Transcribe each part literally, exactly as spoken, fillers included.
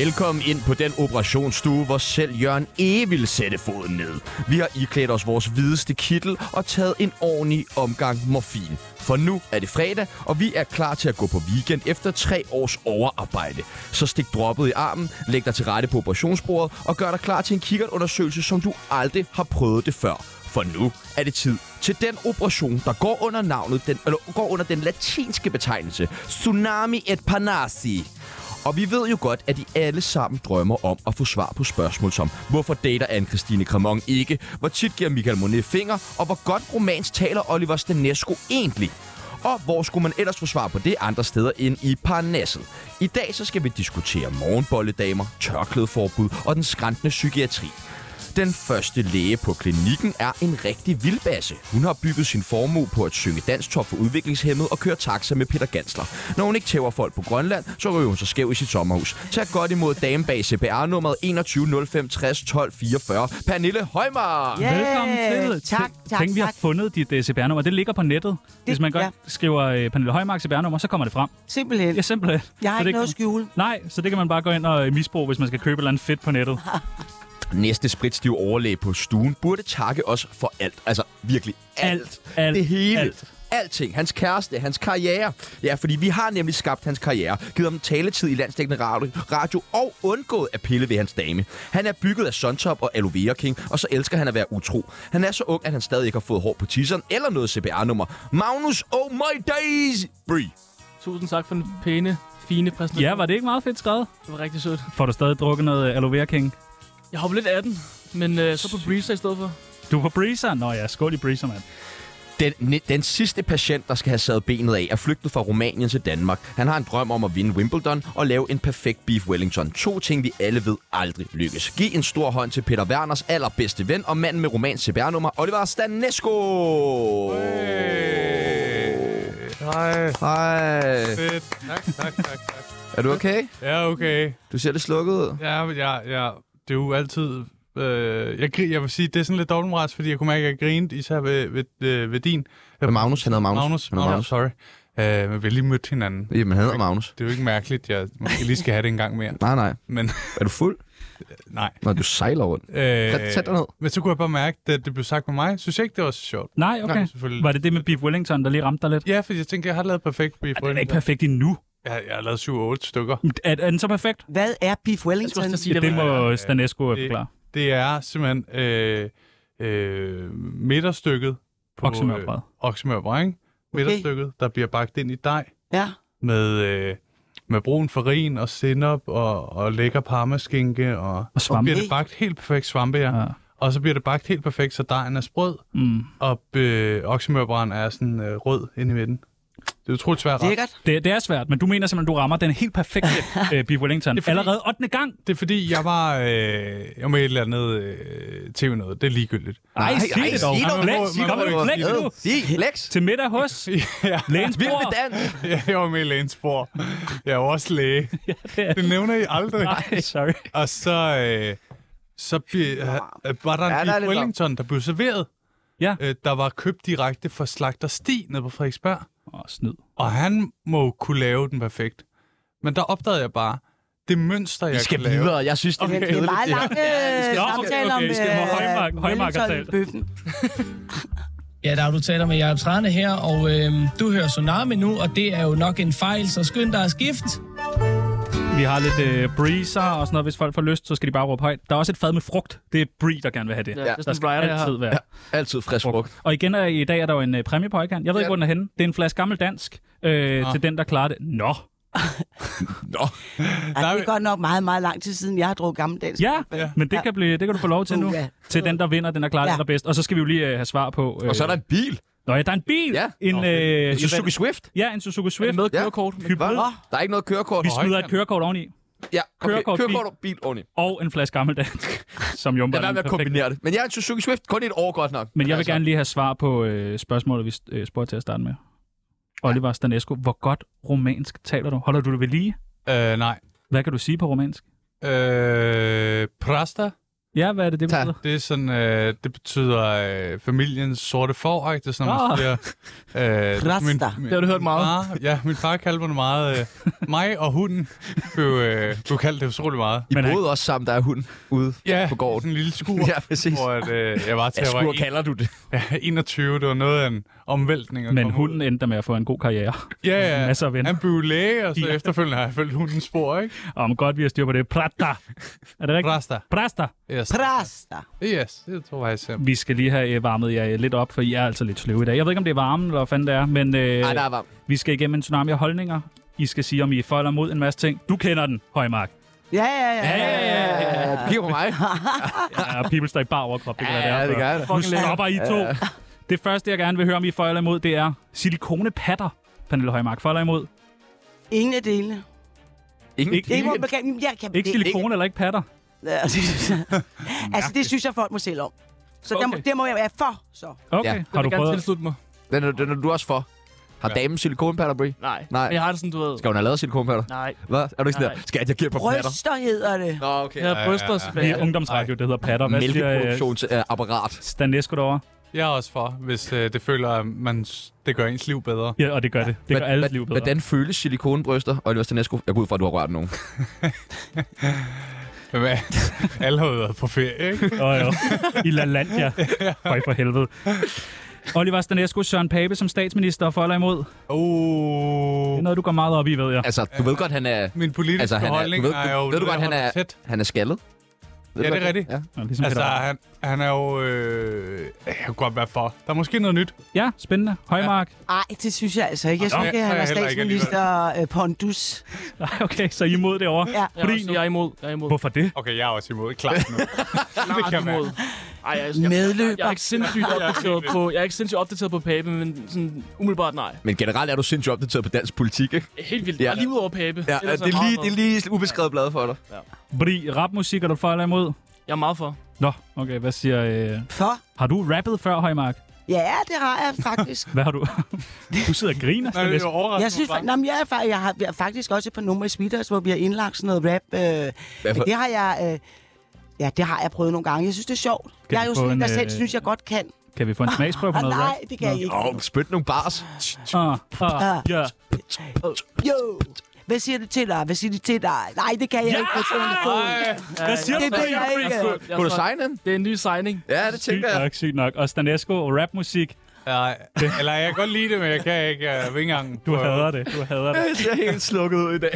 Velkommen ind på den operationsstue, hvor selv Jørgen Ege ville sætte foden ned. Vi har iklædt os vores hvideste kittel og taget en ordentlig omgang morfin. For nu er det fredag, og vi er klar til at gå på weekend efter tre års overarbejde. Så stik droppet i armen, læg dig til rette på operationsbordet og gør dig klar til en kikkertundersøgelse, som du aldrig har prøvet det før. For nu er det tid til den operation, der går under navnet, den, eller går under den latinske betegnelse Tsunami et Parnassi. Og vi ved jo godt, at de alle sammen drømmer om at få svar på spørgsmål som: hvorfor dater Anne-Christine Cremon ikke? Hvor tit giver Michael Monet finger? Og hvor godt romansk taler Oliver Stanesco egentlig? Og hvor skulle man ellers få svar på det andre steder end i Parnasset? I dag så skal vi diskutere morgenbolledamer, tørklædeforbud og den skrantende psykiatri. Den første læge på klinikken er en rigtig vildbasse. Hun har bygget sin formue på at synge danstop for udviklingshæmmede og køre taxa med Peter Gansler. Når hun ikke tæver folk på Grønland, så ryger hun så skæv i sit sommerhus. Tag godt imod damen bag C P R-nummeret enogtyve nul fem tres tolv fireogfyrre, Pernille Højmark. Yeah, Velkommen til. Tak, tak, Tænk, vi har tak. fundet dit uh, C P R-nummer. Det ligger på nettet. Hvis man godt ja. skriver uh, Pernille Højmark C P R-nummer, så kommer det frem. Simpelthen. Ja, simpelthen. Jeg har Så ikke det noget kan- at skjule. Nej, så det kan man bare gå ind og uh, misbruge, hvis man skal købe et eller andet fedt på nettet. Næste spritstiv overlæge på stuen burde takke os for alt. Altså virkelig alt. Alt, alt, det hele. alt. Alting. Hans kæreste, hans karriere. Ja, fordi vi har nemlig skabt hans karriere, givet ham taletid i landsdækkende radio, radio og undgået at pille ved hans dame. Han er bygget af Suntop og Aloe Vera King, og så elsker han at være utro. Han er så ung, at han stadig ikke har fået hår på tisseren eller noget C P R-nummer. Magnus, oh my days! Brie. Tusind tak for den pæne, fine præsentation. Ja, var det ikke meget fedt skrevet? Det var rigtig sødt. Får du stadig drukket noget Aloe Vera King? Jeg hopper lidt af den, men øh, så på Breezer i stedet for. Du er på Breezer? Nå ja, skål i Breezer, mand. Den, den sidste patient, der skal have savet benet af, er flygtet fra Rumænien til Danmark. Han har en drøm om at vinde Wimbledon og lave en perfekt beef Wellington. To ting, vi alle ved aldrig lykkes. Giv en stor hånd til Peter Werners allerbedste ven og manden med romansk C P R-nummer, Oliver Stanesco. Hej. Hej. Fedt. Tak, tak, tak, tak. Er du okay? Ja, okay. Du ser lidt slukket ud. Ja, ja, ja. Det er jo altid... Øh, jeg, gri- jeg vil sige, det er sådan lidt dobbeltmoralsk, fordi jeg kunne mærke, at jeg grinede især ved, ved, øh, ved din. Med Magnus, han hedder Magnus. Magnus, Han hedder Magnus, Magnus. sorry. Øh, men vi har lige mødt hinanden. Jamen, han hedder Magnus. Det er jo ikke mærkeligt, jeg måske lige skal have det en gang mere. Nej, nej. Men Er du fuld? nej. Når du sejler rundt. Øh, Tag, tag dig ned. men så kunne jeg bare mærke, at det blev sagt med mig. Synes jeg ikke, det var så sjovt. Nej, okay. Nej, selvfølgelig. Var det det med beef Wellington, der lige ramte dig lidt? Ja, fordi jeg tænkte, jeg har lavet perfekt beef. Den er ikke perfekt endnu. Jeg, jeg har lavet syv otte stykker. Er, er den så perfekt? Hvad er beef Wellington? Jeg skulle også sige, Ja, det det var- må Stanesco det- forklare. Det er simpelthen øh, øh, midterstykket på Oksemørbrad. øh, oksemørbrad, ikke? Midterstykket, der bliver bagt ind i dej Ja. med, øh, med brun farin og sennep og, og lækker parmaskinke. Og, Og og svampe. bliver det bagt helt perfekt svampe, ja. Ja. Og så bliver det bagt helt perfekt, så dejen er sprød, Mm. og øh, oksemørbraden er sådan øh, rød inde i midten. Det er utroligt svært ret. Lækkert. Det, det er svært, men du mener simpelthen, du rammer den helt perfekte øh, beef Wellington. Det er fordi- Allerede ottende gang. Det er fordi, jeg var, øh, jeg var med et eller andet øh, tv-noget. Det er ligegyldigt. Ej, sig ej, det dog. sig dog. Flex, Sig kom dog. nu, flex nu. Sig, flex. Til middag hos ja, lægens Vild bror. med dans. jeg var med i lægens spor. Jeg er jo også læge. Ja, det er Det nævner I aldrig. Nej, sorry. Og så, øh, så bliver, øh, var der en Ja, ja, der er beef lidt Wellington, der blev serveret. Ja. Øh, der var købt direkte fra slagter Stig nede på Frederiksberg. Åh, oh, snyd. Og han må kunne lave den perfekt. Men der opdagede jeg bare, det mønster, jeg Vi skal kan lave. videre. Jeg synes, det er Okay. lidt Det er kedeligt. meget det her. lang øh, Nå, okay, samtale om okay. Skal vi have Højmark- Højmark har talt. Wellington-bøffen. Ja, der er du taler med Jacob Trane her, og øh, du hører Tsunami nu, og det er jo nok en fejl, så skynd dig at skift. Vi har lidt øh, breezer og sådan noget. Hvis folk får lyst, så skal de bare råbe højt. Der er også et fad med frugt. Det er Brie, der gerne vil have det. Ja, det er Der sådan skal Brian, jeg har. altid være. Altid frisk frugt. Og igen er, i dag er der jo en øh, præmie på højkant. Jeg ved Ja. ikke, hvor den er henne. Det er en flaske gammel dansk øh, Nå. til den, der klarer det. Nå. Nå. Ej, det er godt nok meget, meget lang tid siden, jeg har drukket gammeldansk. Ja, Ja. men det kan, blive, det kan du få lov til nu. Uh, ja. Til den, der vinder, den der klarer Ja. det allerbedst. Og så skal vi jo lige øh, have svar på... Øh, Og så er der en bil. Nå ja, der er en bil! Ja. En, Nå, øh, En Suzuki Swift. ja, en Suzuki Er Swift. det med Ja. kørekort? Hybrid. Der er ikke noget kørekort. Vi smider et højkant. kørekort oveni. Ja, okay. Kørekort, Kørekort og bil ordentligt. Og en flaske gammel dansk, som jo Lad var være den med at perfekte. kombinere det. Men jeg er en Suzuki Swift. Kun et år godt nok. Men jeg vil Altså, gerne lige have svar på øh, spørgsmålet, vi øh, spurgte til at starte med. Oliver Stanesco, hvor godt romansk taler du? Holder du det ved lige? Øh, nej. Hvad kan du sige på romansk? Øh, Prasta. Ja, hvad er det, det betyder? Det er sådan, øh, det betyder øh, familiens sorte får, ikke? Det er sådan, Ah. man siger... Øh, Rasta. min, Det har du hørt meget. Far, ja, min far kaldte mig det meget. Øh, mig og hunden blev, øh, blev kaldt det utrolig meget. I Men han- boede også sammen, der er hund ude Ja, på gården. sådan en lille skur, Ja, præcis. hvor at, øh, jeg var til Ja, at være skur kalder du det. ja, enogtyve. Det var noget af en omvæltning. at Men komme hunden ud. endte med at få en god karriere. Ja, ja. Masser af venner. Han blev læge, og så Ja. efterfølgende har jeg følt hundens spor, ikke? Og men godt, vi har styr på det. Prata. Er det rigtigt? Rasta. Prasta. Yes. Prasta. Yes, det tror jeg simpelthen. Vi skal lige have øh, varmet jer lidt op, for I er altså lidt sløve i dag. Jeg ved ikke, om det er varmen, eller hvad fanden det er, men øh, Nej, der er varmt. vi skal igennem en tsunami af holdninger. I skal sige, om I er for eller mod en masse ting. Du kender den, Højmark. Ja, ja, ja. Ja, ja, ja, Ja, du kigger på mig. Ja, people står i bar overkrop. Det kan være, det er Ja, det for. gør det. Nu stopper I to. Det første, jeg gerne vil høre, om I er for eller imod, det er silikonepatter, Pernille Højmark. For eller imod? Ingen af delene. Ingen. Ikke- Ikke, hvor man kan, jeg kan, Ikke silikone eller ikke patter? altså, det synes jeg, folk må selv om. Så okay. der, må, det må jeg være for, så. Okay, Ja. har Jeg du vil gerne prøvet? tilslutte mig. Den er, den er du også for. Har Ja. damen silikonpatter, Brie? Nej. Nej. Men jeg har det sådan, du ved... Skal hun have lavet silikonpatter? Nej. Hvad? Er du ikke sådan Nej. der? Skal jeg giver på patter? Bryster hedder det. Nå, okay. Jeg har bryster ja, ja. tilbage. Det er ungdomsradio, det hedder patter. Hvad siger øh, Mælkeproduktionsapparat. Stanesco derovre? Jeg er også for, hvis øh, det føler, at man, det gør ens liv bedre. Ja, og det gør det. Det gør alles liv bedre. Hvordan føles silikonbryster, Oliver Stanesco? Jeg går ud fra, at du har rørt nogen. Men hvad? Alle har jo været på ferie, ikke? Åh, jo. I LaLandia. Føj for helvede. Oliver Stanesco, Søren Pape som statsminister, for eller imod? Det Oh. er noget, du går meget op i, ved jeg. Altså, du ved godt, han er... Min politiske Altså, altså, han er, holdning du ved, er jo... ved du godt, han holder er, tæt. han er skaldet? Ved Ja, du det er godt rigtigt. Ja. Ja, ligesom Altså, Peter. han, han er jo... Øh, jeg kan godt være for. Der er måske noget nyt. Ja, spændende. Højmark. Nej, det synes jeg altså ikke. Jeg synes Nå, ikke, det at han har er jeg heller ikke statsminister øh, Pondus. Nej, okay, så I er imod det over. Ja. Jeg er, Fordi også, nu- jeg er imod. Jeg er imod. Hvorfor det? Okay, jeg er også imod. Klart nu. Klart kan jeg imod. Ej, jeg, jeg, Medløber. jeg, er ikke sindssygt opdateret på, jeg er ikke sindssygt opdateret på Pape, men sådan umiddelbart nej. Men generelt er du sindssygt opdateret på dansk politik, ikke? Helt vildt. Ja. Ja. Lige ud over Pape. Ja, Ellers det er, jeg lige, meget det er lige ubeskrevet blad for dig. Bri, rapmusik er du for eller imod? Jeg er meget for. Nå, okay, hvad siger... Øh... For? Har du rappet før, Højmark? Ja, det har jeg faktisk. Hvad har du? Du sidder og griner. Nej, det er Stanesco. jo overraskende. Jeg synes, nej, men jeg, er, fa- jeg, har, jeg har faktisk også et par numre i Sweeters, hvor vi har indlagt sådan noget rap. Øh, men for- det har jeg... Øh, ja, det har jeg prøvet nogle gange. Jeg synes, det er sjovt. Kan jeg er vi jo få sådan en, der en, selv øh, synes, jeg godt kan. Kan vi få en smagsprøve på Ah, noget nej, rap? det kan jeg ikke. Åh, oh, spyt nogle bars. Ah, ah, ja. Jo! Hvad siger det til dig? Hvad siger det til dig? Nej, det kan jeg ikke på telefon. Hvad siger Det du, ved Bri? jeg ikke. Jeg, jeg, Kunne du signe den? Det er en ny signing. Ja, det Sygt tænker jeg. nok, sygt nok. Og Stanesco, rapmusik. Nej, eller jeg kan godt lide det, men jeg kan ikke. Jeg vil ikke engang... Du prøve. hader det. Du hader det. Jeg ser helt slukket ud i dag.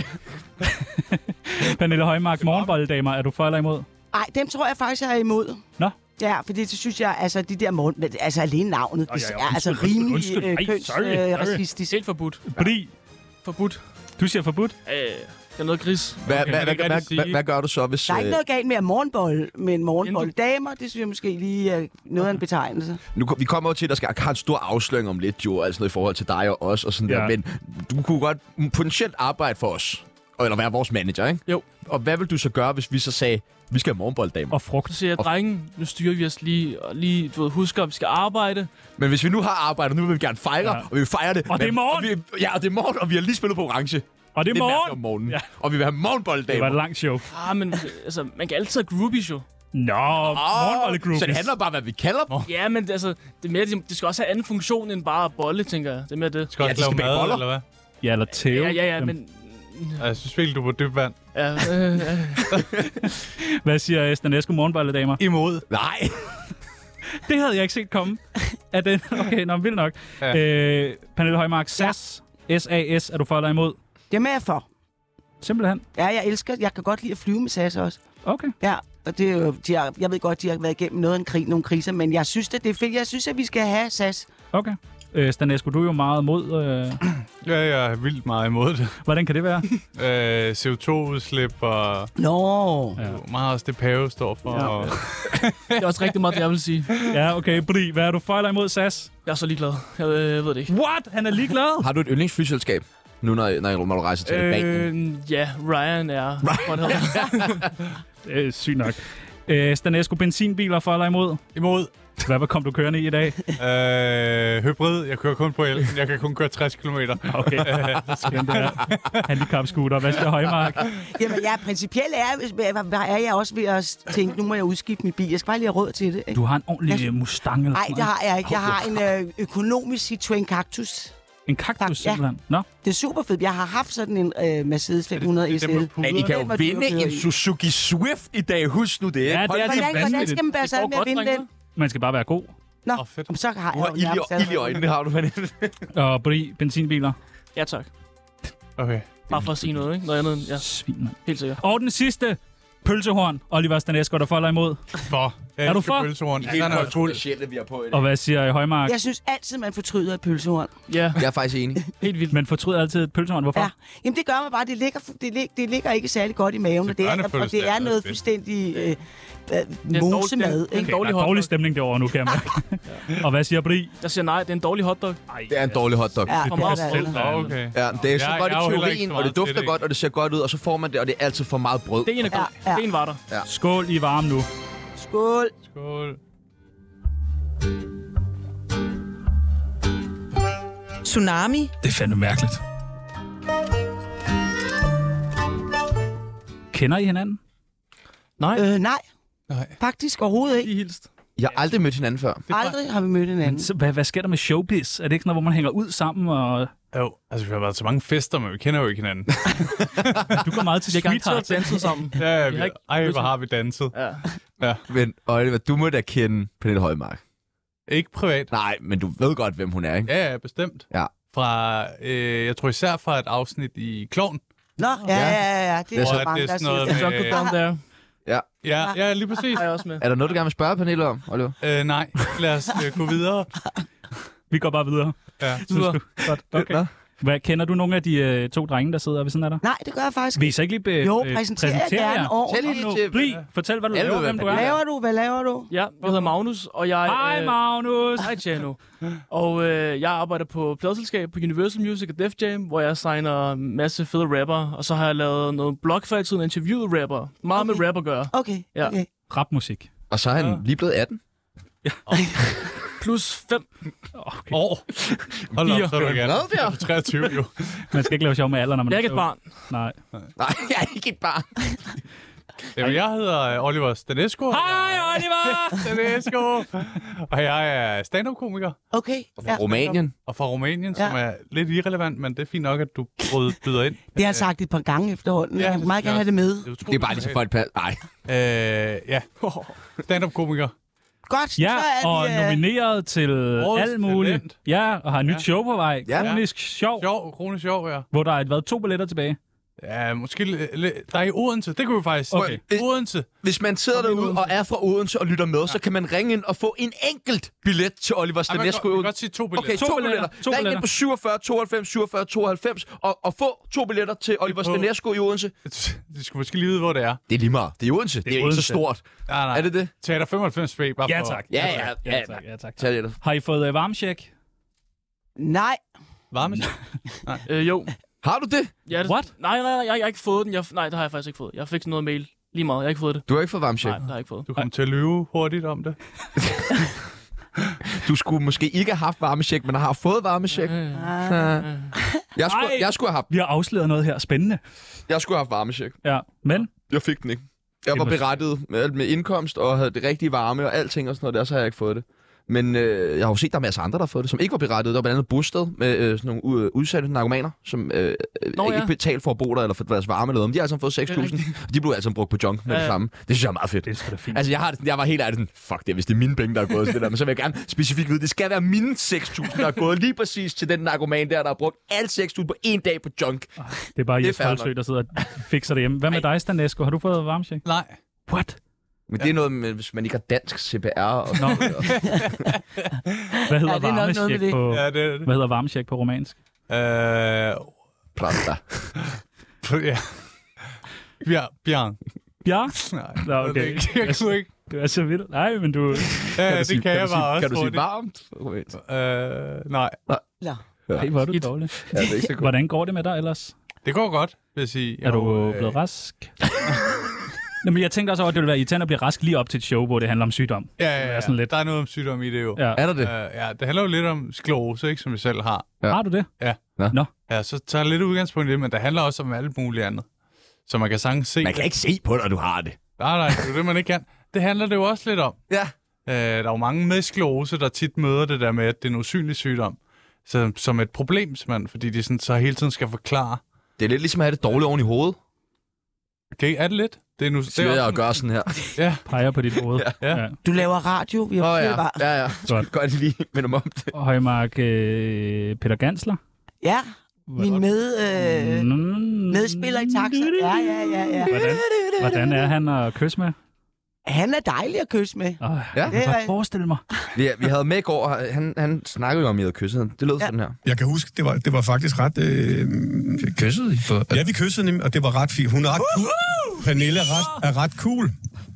Pernille Højmark, morgenbolddamer, er du for eller imod? Nej, dem tror jeg faktisk, jeg er imod. Nå. Ja, fordi så synes jeg, altså de der morgen... Altså alene navnet, Nå, det ja, ja, er altså undskyld, undskyld, rimelig undskyld. Ej, øh, sorry, sorry. kønsracistisk. Helt forbudt. Bri, Forbudt. du siger forbudt? Øh, det er noget gris. Hvad, Okay, hvad, men hvad, det kan hvad, de sige. hvad, hvad gør du så, hvis... Der er ikke øh, noget galt med at morgenbold, men morgenbolddamer, det synes jeg måske lige er noget af en betegnelse. Nu, vi kommer jo til, at der skal have en stor afsløring om lidt, jo, altså noget i forhold til dig og os og sådan Ja. der. Men du kunne godt potentielt arbejde for os. Eller være vores manager, ikke? Jo. Og hvad vil du så gøre, hvis vi så sagde, vi skal have morgenbolddamer? Og frugt. Så siger jeg, drenge, nu styrer vi os lige, og lige, du ved, husk at vi skal arbejde. Men hvis vi nu har arbejdet, nu vil vi gerne fejre, Ja. ja. og vi vil fejre det. Og det er men- morgen! Og vi, ja, og det er morgen, og vi har lige spillet på orange. Og det er Det er morgen! om morgenen. Ja. Ja. Og vi vil have Det var morgenbolddamer. et langt show. Ah, men altså, man kan altid have groupies jo. Nå, morgenboldegroupies. Så det handler bare om, hvad vi kalder dem. Ja, men altså, det, er mere, det, det skal også have anden funktion end bare bolle, tænker jeg. Det er mere det. Skal Ja, også de skal lave bage mad, boller. eller hvad? Ja, eller Theo. Ja, ja, ja, Jamen, men... Ja, jeg synes virkelig, du er på dybt vand. Ja, øh, øh. Hvad siger Stanesco, morgenbolddamer? Imod. Nej. Det havde jeg ikke set komme. Er den? Okay, nå, vildt nok. Ja. Øh, Pernille Højmark, S A S. S A S, er du for eller imod? Dem er jeg for. Simpelthen. Ja, jeg elsker, jeg kan godt lide at flyve med S A S også. Okay. Ja, og det er jo, de har, jeg ved godt, de har været igennem noget af en krig, nogle kriser, men jeg synes, at det er fedt. Jeg synes, at vi skal have S A S. Okay. Øh, Stanesco, du er jo meget mod... Øh, Ja, jeg er vildt meget imod det. hvordan kan det være? Øh, C O to udslip og Nå. Ja. meget også det Pave står for. Ja. Og, Det er også rigtig meget, det jeg vil sige. Ja, okay. Bri, hvad er du for eller imod S A S? Jeg er så ligeglad. Jeg, øh, jeg ved det ikke. What? Han er ligeglad? Har du et yndlingsflyselskab? Nu, når, når, når du rejser til Albanien. Øh, ja, Ryan er... Ryan. Det er sygt nok. Øh, Stanesco, benzinbiler for eller imod? imod. Hvad kom du kørende i i dag? Øh, hybrid. Jeg kører kun på el. Jeg kan kun køre tres kilometer. Okay. Den der handicap-scooter. Hvad skal Højmark? Jamen, ja, principielt er, er jeg også ved at tænke, nu må jeg udskifte min bil. Jeg skal bare lige have råd til det. Ikke? Du har en ordentlig Mustang eller Nej, sådan det noget. har jeg ikke. Jeg har en øh, økonomisk Citroën Cactus. En kaktus Ja. simpelthen? Nå? Det er super fedt. Jeg har haft sådan en øh, Mercedes fem hundrede S L. Det er dem, Men I kan jo Den var dyr at vinde køre en i. Suzuki Swift i dag. Husk nu det, ikke? Ja, det er Hold det. Hvordan, hvordan vanvittigt. skal man bære sig ad med at vinde den? Man skal bare være god. Nå, Åh, fedt. så har Du jeg har jo ild nærmest i, ild i øjnene, har du, Pernille. Og Bri, benzinbiler. Ja, tak. Okay. Bare for at sige noget, ikke? Noget andet. Ja, Svin, mand. helt sikkert. Og den sidste pølsehorn. Oliver Stanesco, der folder imod. For. Jeg Er du elsker for? pølsehorn. Helt Den er fuld. specielle, vi har på i dag. Og hvad siger Højmark? Jeg synes altid, man fortryder et pølsehorn. Ja, Jeg er faktisk enig. helt vildt. Men fortryder altid et pølsehorn. Hvorfor? Ja. Jamen, det gør man bare. Det ligger, det, lig, det ligger ikke særlig godt i maven. Til Og det er, og børnefødselsdag det er er noget det. fuldstændig øh, øh, dårlig- mosemad. det er en Ikke? Okay, dårlig der er dårlig hotdog. stemning derovre nu, kan jeg mærke. Og hvad siger Bri? Jeg siger nej, det er en dårlig hotdog. Det er en dårlig hotdog. Ja, For det er meget det selv. altså. Åh, okay. Ja, det er så Jeg- godt jeg er i jo heller ikke teorien, så og det meget til dufter det. godt, og det ser godt ud, og så får man det, og det er altid for meget brød. Det er en god. Ja, ja. Det er en var der. Skål i varme nu. Skål. Skål. Tsunami. Det er fandme mærkeligt. Kender I hinanden? Nej, Øh, nej, Nej. faktisk overhovedet ikke. lige hilst. Jeg har aldrig mødt hinanden før. Aldrig har vi mødt hinanden. Men så, hvad, hvad sker der med showbiz? Er det ikke sådan noget, hvor man hænger ud sammen, og Jo, altså vi har været til mange fester, men vi kender jo ikke hinanden. du går meget til Vi har garanteret Sweetheart? danset sammen. Ja, ja, Vi vi, har ikke ej, mødt hvor har vi danset. Ja. Men Oliver, du må da kende Pernille Højmark. Ikke privat. Nej, men du ved godt, hvem hun er, ikke? Ja, ja, bestemt. Ja. Fra, øh, jeg tror især fra et afsnit i Klovn. Nå, ja, ja, ja, ja. Det er Hvor så at mange, det er der sådan noget siger. med- Jungle Down there. Ja, ja, lige præcis. Er jeg også med. Er der noget, du gerne vil spørge Pernille om, Oliver? Øh, nej, lad os øh, gå videre. Vi går bare videre. Ja. Synes du? Godt, okay. Nå. Hvad, kender du nogle af de øh, to drenge, der sidder ved siden af dig? Nej, det gør jeg faktisk Vil I ikke. så ikke lige be- Jo, øh, præsentere jer præsentere gerne jer? ordentligt. Tæl lige til- Bri, fortæl, hvad du Alle laver, ved, hvem du hvad er. Hvad laver du? Hvad laver du? Ja, jeg hedder Magnus, og jeg... Hej, øh, Magnus! Hej, Tjano. Og øh, jeg arbejder på pladselskab på Universal Music og Def Jam, hvor jeg signer en masse fede rapper. Og så har jeg lavet noget blog før i tiden, interviewet rapper. Meget Okay. med rap at gøre. Okay, Ja. okay. Rapmusik. Og så er han lige blevet atten. Plus fem. Okay. År. Hold op, så er du igen. Hvad der? Jeg er på treogtyve, jo. Man skal ikke lave sjov med alder, når man Jeg er ikke et barn. Nej. Nej, jeg er ikke et barn. Jamen, jeg hedder øh, Oliver Stanesco. Hej, Oliver! Stanesco. Og jeg er stand-up-komiker. Okay, Fra Rumænien. Og fra Rumænien, Ja. som er lidt irrelevant, men det er fint nok, at du brød, byder ind. det har jeg sagt et par gange efterhånden. Ja, Jeg vil meget det er gerne have det med. utroligt Det er bare lige så folk pas. Nej. Øh, ja. Stand-up-komiker. Godt, Ja, så er og vi... øh, nomineret til Årets alt muligt. talent. Ja, og har et nyt Ja. show på vej. Ja. Kronisk sjov, Sjov, kronisk sjov, ja. hvor der har været to billetter tilbage. Ja, måske... li- li- Der er i Odense, det kunne vi faktisk Okay. sige. Odense. Hvis man sidder derude og er fra Odense og lytter med, ja. så kan man ringe ind og få en enkelt billet til Oliver Ej, man kan, Stanesco. man kan godt sige to billetter. Okay, to, To to billetter. billetter. To Ring ind billetter. på syvogfyrre tooghalvfems syvogfyrre tooghalvfems og, og få to billetter til Oliver på- Stanesco i Odense. De skulle måske lige vide, hvor det er. Det er lige meget. Det er i Odense. Det er, det er ikke så Odense. stort. Nej, nej. Er det det? Teater femoghalvfems B, bare Ja, for... tak. Ja, ja, ja, ja, ja, tak. Ja, tak. Tag det. Har I fået uh, varmesjek? Nej, Varme. Øh, jo. Har du det? Ja, det, What? Nej, nej, nej, jeg, jeg har ikke fået den. Jeg, nej, det har jeg faktisk ikke fået. Jeg fik noget mail. Lige meget, jeg har ikke fået det. Du har ikke fået varmcheck. Nej, det har jeg ikke fået. Du kommer til at lyve hurtigt om det. Du skulle måske ikke have haft varmecheck, men har fået varmecheck. Øh, Jeg skulle, Ej. jeg skulle have haft, Vi har afsløret noget her. Spændende. jeg skulle have haft varmecheck. Ja, men Jeg fik den ikke. Jeg Det var må- berettiget med, alt med indkomst og havde det rigtige varme og alting og sådan noget der, så har jeg ikke fået det. Men øh, jeg har jo set, der er masser af andre, der har fået det, som ikke var berettiget. Der var blandt andet Bosted med øh, sådan nogle uh, udsatte narkomaner, som øh, Nå, ikke ja. betalt for at bo der eller for deres varme eller noget. Men de har altså fået seks tusind, og de blev altså brugt på junk med Ja, det ja. samme. Det synes jeg er meget fedt. det er sgu da fint. Altså, jeg, har det, sådan- jeg var helt ærlig sådan, fuck det, hvis det er mine penge, der er gået til det der. Men så vil jeg gerne specifikt vide, det skal være mine seks tusind, der er gået lige præcis til den narkoman der, der har brugt alle seks tusind på en dag på junk. Det er bare det er Jes fair Holsø, der sidder og fikser det hjemme. Hvad med dig, Stanesco? Har du fået varmesjek? Nej. What? Men det er noget med, hvis man ikke har dansk C P R. Og Nå. Hvad hedder Ja, det er nok noget med varmesjek det. på, Ja, det er det. hvad hedder varmesjek på romansk? Øh... Plasta. Ja. Bjørn. Bjørn. Ja, Nej, Nå, okay. det er ikke- jeg kunne ikke. du er så vildt. Nej, men du... Ja, du det sige- kan jeg du sige, bare også. Kan du sige hurtigt. varmt? Øh, nej, Nå. Hey, hvor er du dårlig. Ja, det er ikke så godt. Hvordan går det med dig ellers? det går godt, vil jeg sige. Er du øh, blevet rask? Jamen, jeg tænker også over, at det ville være irriterende at blive rask lige op til et show, hvor det handler om sygdom. Ja, ja, Det ja. er sådan lidt... Der er noget om sygdom i det jo. Ja. Er der det? Uh, ja, det handler jo lidt om sklerose, ikke, som vi selv har. Ja. Har du det? Ja. Nå. Nå. Ja, så tager jeg lidt udgangspunkt i det, men det handler også om alt muligt andet. Så man kan sagtens se... Man kan ikke se på dig, du har det. Nej, nej, det er det, man ikke kan. Det handler det jo også lidt om. Ja. Uh, der er jo mange med sklerose, der tit møder det der med, at det er en usynlig sygdom. Så, som et problem, simpelthen, fordi de sådan, så hele tiden skal forklare. Det er lidt ligesom at have det dårligt oven i hovedet. Okay, er det lidt? Det er nu, det Siger er jeg også og gør sådan her. Ja. Peger på dit hoved. Ja. ja. Du laver radio, vi har Åh, oh, ja. bare. Ja, ja. Godt. Godt lige minde mig om det. Højmark øh, Peter Gansler. Ja, min med, øh, Mm. medspiller i Taxa. Ja, ja, ja, ja. Hvordan, hvordan er han at kysse med? Han er dejlig at kysse med. Oh, Ja. jeg kan godt forestille mig. Vi, vi havde med i går, han, han snakkede jo om, at I havde kysset. Det lød Ja. sådan her. Jeg kan huske, det var, det var faktisk ret... Øh, Kyssede I? For, ja, vi kyssede nemlig, og det var ret fint. Hun er ret cool. Pernille er ret, er ret cool.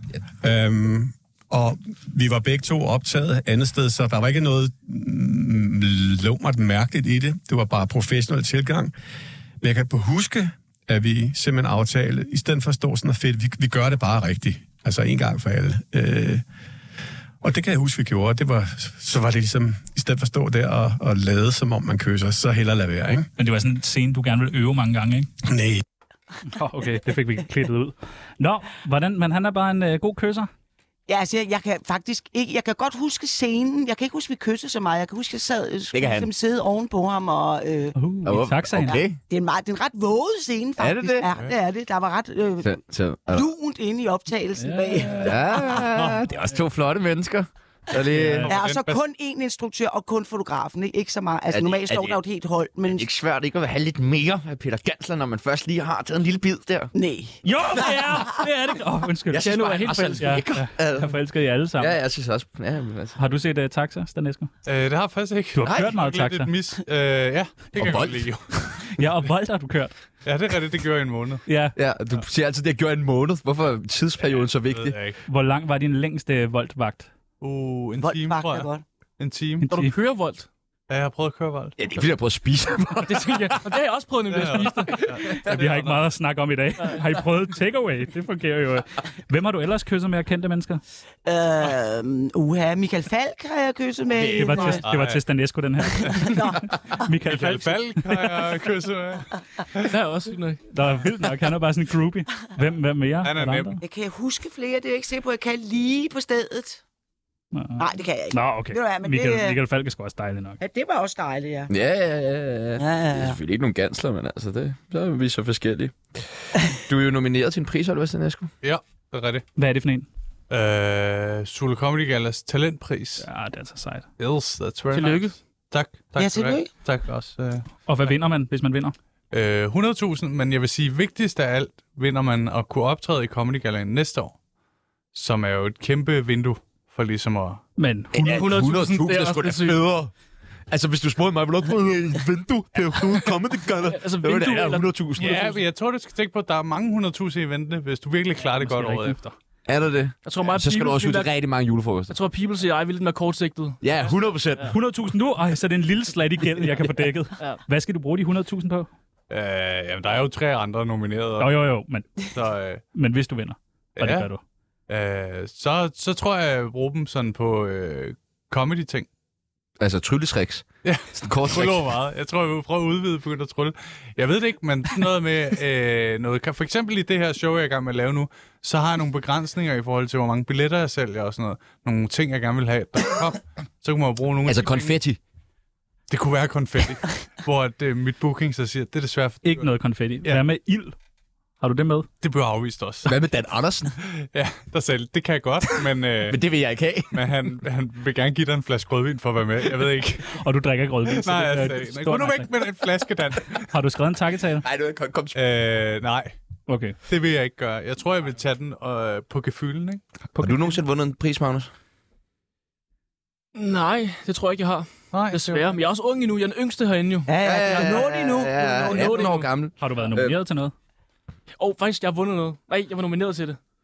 Øhm, og vi var begge to optaget andet sted, så der var ikke noget mm, lummert mærkeligt i det. Det var bare professionel tilgang. Men jeg kan huske, at vi simpelthen aftalte, i stedet for at stå sådan og fedt, vi, vi gør det bare rigtigt. Altså en gang for alle. Øh, og det kan jeg huske, vi gjorde. Det var, så var det ligesom, i stedet for at stå der og, og lade, som om man kysser, så hellere lade være, ikke? Men det var sådan en scene, du gerne ville øve mange gange, ikke? Nej. Oh, okay, det fik vi klippet ud. Nå, hvordan, men han er bare en øh, god kysser. Ja, altså, jeg, jeg kan faktisk ikke... Jeg kan godt huske scenen. Jeg kan ikke huske, at vi kyssede så meget. Jeg kan huske, at jeg sad, kan skulle han. ligesom sidde oven på ham. Og, øh, Uh, I taxaen. Okay. det, er en meget, det er en ret våget scene, faktisk. Er det det? Ja, det er det. Der var ret øh, Så, så, altså. lunt inde i optagelsen Ja. bag. Ja, det er også to flotte mennesker. Der lige... Ja, og så kun én instruktør og kun fotografen, ikke, ikke så meget. Altså, Er det- normalt er står det- der jo et helt hold, men... Det er ikke svært ikke at have lidt mere af Peter Gansler, når man først lige har taget en lille bid der. Nej. Jo, det er det. Er det. Åh, oh, undskyld. Jeg synes nu bare, er helt han er forelsket. så Ja, lækker. ja. Jeg er forelsket i alle sammen. Ja, jeg synes også... Ja, men altså. Har du set uh, Taxa, Stanesco? Øh, det har jeg faktisk ikke. Du har Nej, kørt meget Lidt Taxa. et mis. Øh, ja, det kan jeg godt Bolt. lide jo. Ja, og Bolt har du kørt. Ja, det er rigtigt, det gjorde jeg i en måned. Ja. Ja, du siger altid, det har gjort en måned. Hvorfor er tidsperioden så Det ved vigtig? jeg ikke. Hvor lang var din længste Voltvagt? Uh, en time, Voldvagt tror er jeg. godt. En time. Når du kører voldt. Ja, jeg har prøvet at køre vold. Ja, det er fordi, jeg prøver at spise. Det tænker jeg. Og det har jeg også prøvet, nemlig at spise det. Ja, vi har ikke meget at snakke om i dag. Har I prøvet takeaway? Det fungerer jo. Hvem har du ellers kysset med af kendte mennesker? Øh, uha, Michael Falk har jeg kysset med. Det var Nej. til, det var til Stanesco, den her. Michael Michael Falk. Falk har jeg kysset med. Det er også fint nok. Der er vildt nok. Han er bare sådan en groupie. Hvem, hvem mere? Han er der nem. andre? Jeg kan huske flere, det er jeg ikke sikker på, jeg kan lige på stedet. Nå. Nej, det kan jeg ikke. Nå, okay. Det var- men Michael, det, øh, Michael Falk er sgu også dejlig nok. Ja, det var også dejligt, ja. Ja, ja, ja, ja. Ja, Det ja, er ja. selvfølgelig ikke nogen Gansler, men altså, det, så er vi så forskellige. Du er jo nomineret til en pris, Oliver Stanesco. Ja, det er rigtigt. Hvad er det for en? Uh, Zulu Comedy Galas talentpris. Ja, det er så sejt. Yes, that's very Tillykke. nice. Tak. tak Ja, skal du have. tillykke. Tak også. Uh, Og hvad vinder man, hvis man vinder? øh, hundrede tusind, men jeg vil sige, vigtigst af alt vinder man at kunne optræde i Comedy Galaen næste år, som er jo et kæmpe vindue for ligesom at... Men hundrede tusind, det er sgu også da lidt sygt. federe. Altså, hvis du spurgte mig, vil du prøve et vindue? Det er jo kun kommet, det gør det. Altså, Det var vindue det, eller- hundrede tusind. Ja, men jeg tror, du skal tænke på, at der er mange hundrede tusind i vente, hvis du virkelig klarer det Måske godt året rigtigt. efter. Er der det? Jeg tror meget, Så skal du Peoples også ud vil til være- rigtig mange julefrokoster. Jeg tror, People siger, jeg vil den være kortsigtet. Ja, hundrede procent. hundrede tusind nu? Ej, så er det en lille slat i gæld, jeg kan få dækket. Ja. Hvad skal du bruge de hundrede tusind på? Øh, jamen, der er jo tre andre nomineret. Jo, jo, jo, men, Så, øh, men hvis du vinder, og det Ja. gør du. øh, så, så tror jeg, jeg vil bruge dem sådan på øh, comedy-ting. Altså, trylletricks. Ja. Sådan kort Trylle over meget. Jeg tror, jeg vil prøve at udvide begynde at trylle. Jeg ved det ikke, men sådan noget med øh, noget... For eksempel i det her show, jeg er i gang med at lave nu, så har jeg nogle begrænsninger i forhold til, hvor mange billetter jeg sælger og sådan noget. Nogle ting, jeg gerne vil have, der kom. Så kunne man jo bruge nogle Altså af de penge. konfetti. Det kunne være konfetti, hvor at, øh, mit booking så siger, det er desværre for Ikke noget konfetti. Ja. Hvad med ild? Har du det med? Det blev afvist også. Hvad med Dan Andersen? Ja, der sagde, det kan jeg godt, men, øh, Men det vil jeg ikke have. men han, han vil gerne give dig en flaske rødvin for at være med. Jeg ved ikke. Og du drikker ikke rødvin. så Nej, det er jeg et sagde, nej, stort gå nu nej. væk med den flaske, Dan. Har du skrevet en takketale? Nej, det kom, kom. Øh, nej, Okay. det vil jeg ikke gøre. Jeg tror, jeg vil tage den øh, på gefylen, ikke? Har du nogensinde vundet en pris, Magnus? Nej, det tror jeg ikke, jeg har. Nej, Desværre. Men jeg er også ung endnu. Jeg er den yngste herinde jo. Ja, ja, jeg kan nå det endnu. Ja, Jeg kan nå det atten år endnu. gammel. Har du været nomineret til noget? Og oh, faktisk, jeg har vundet noget. Nej, jeg var nomineret til det.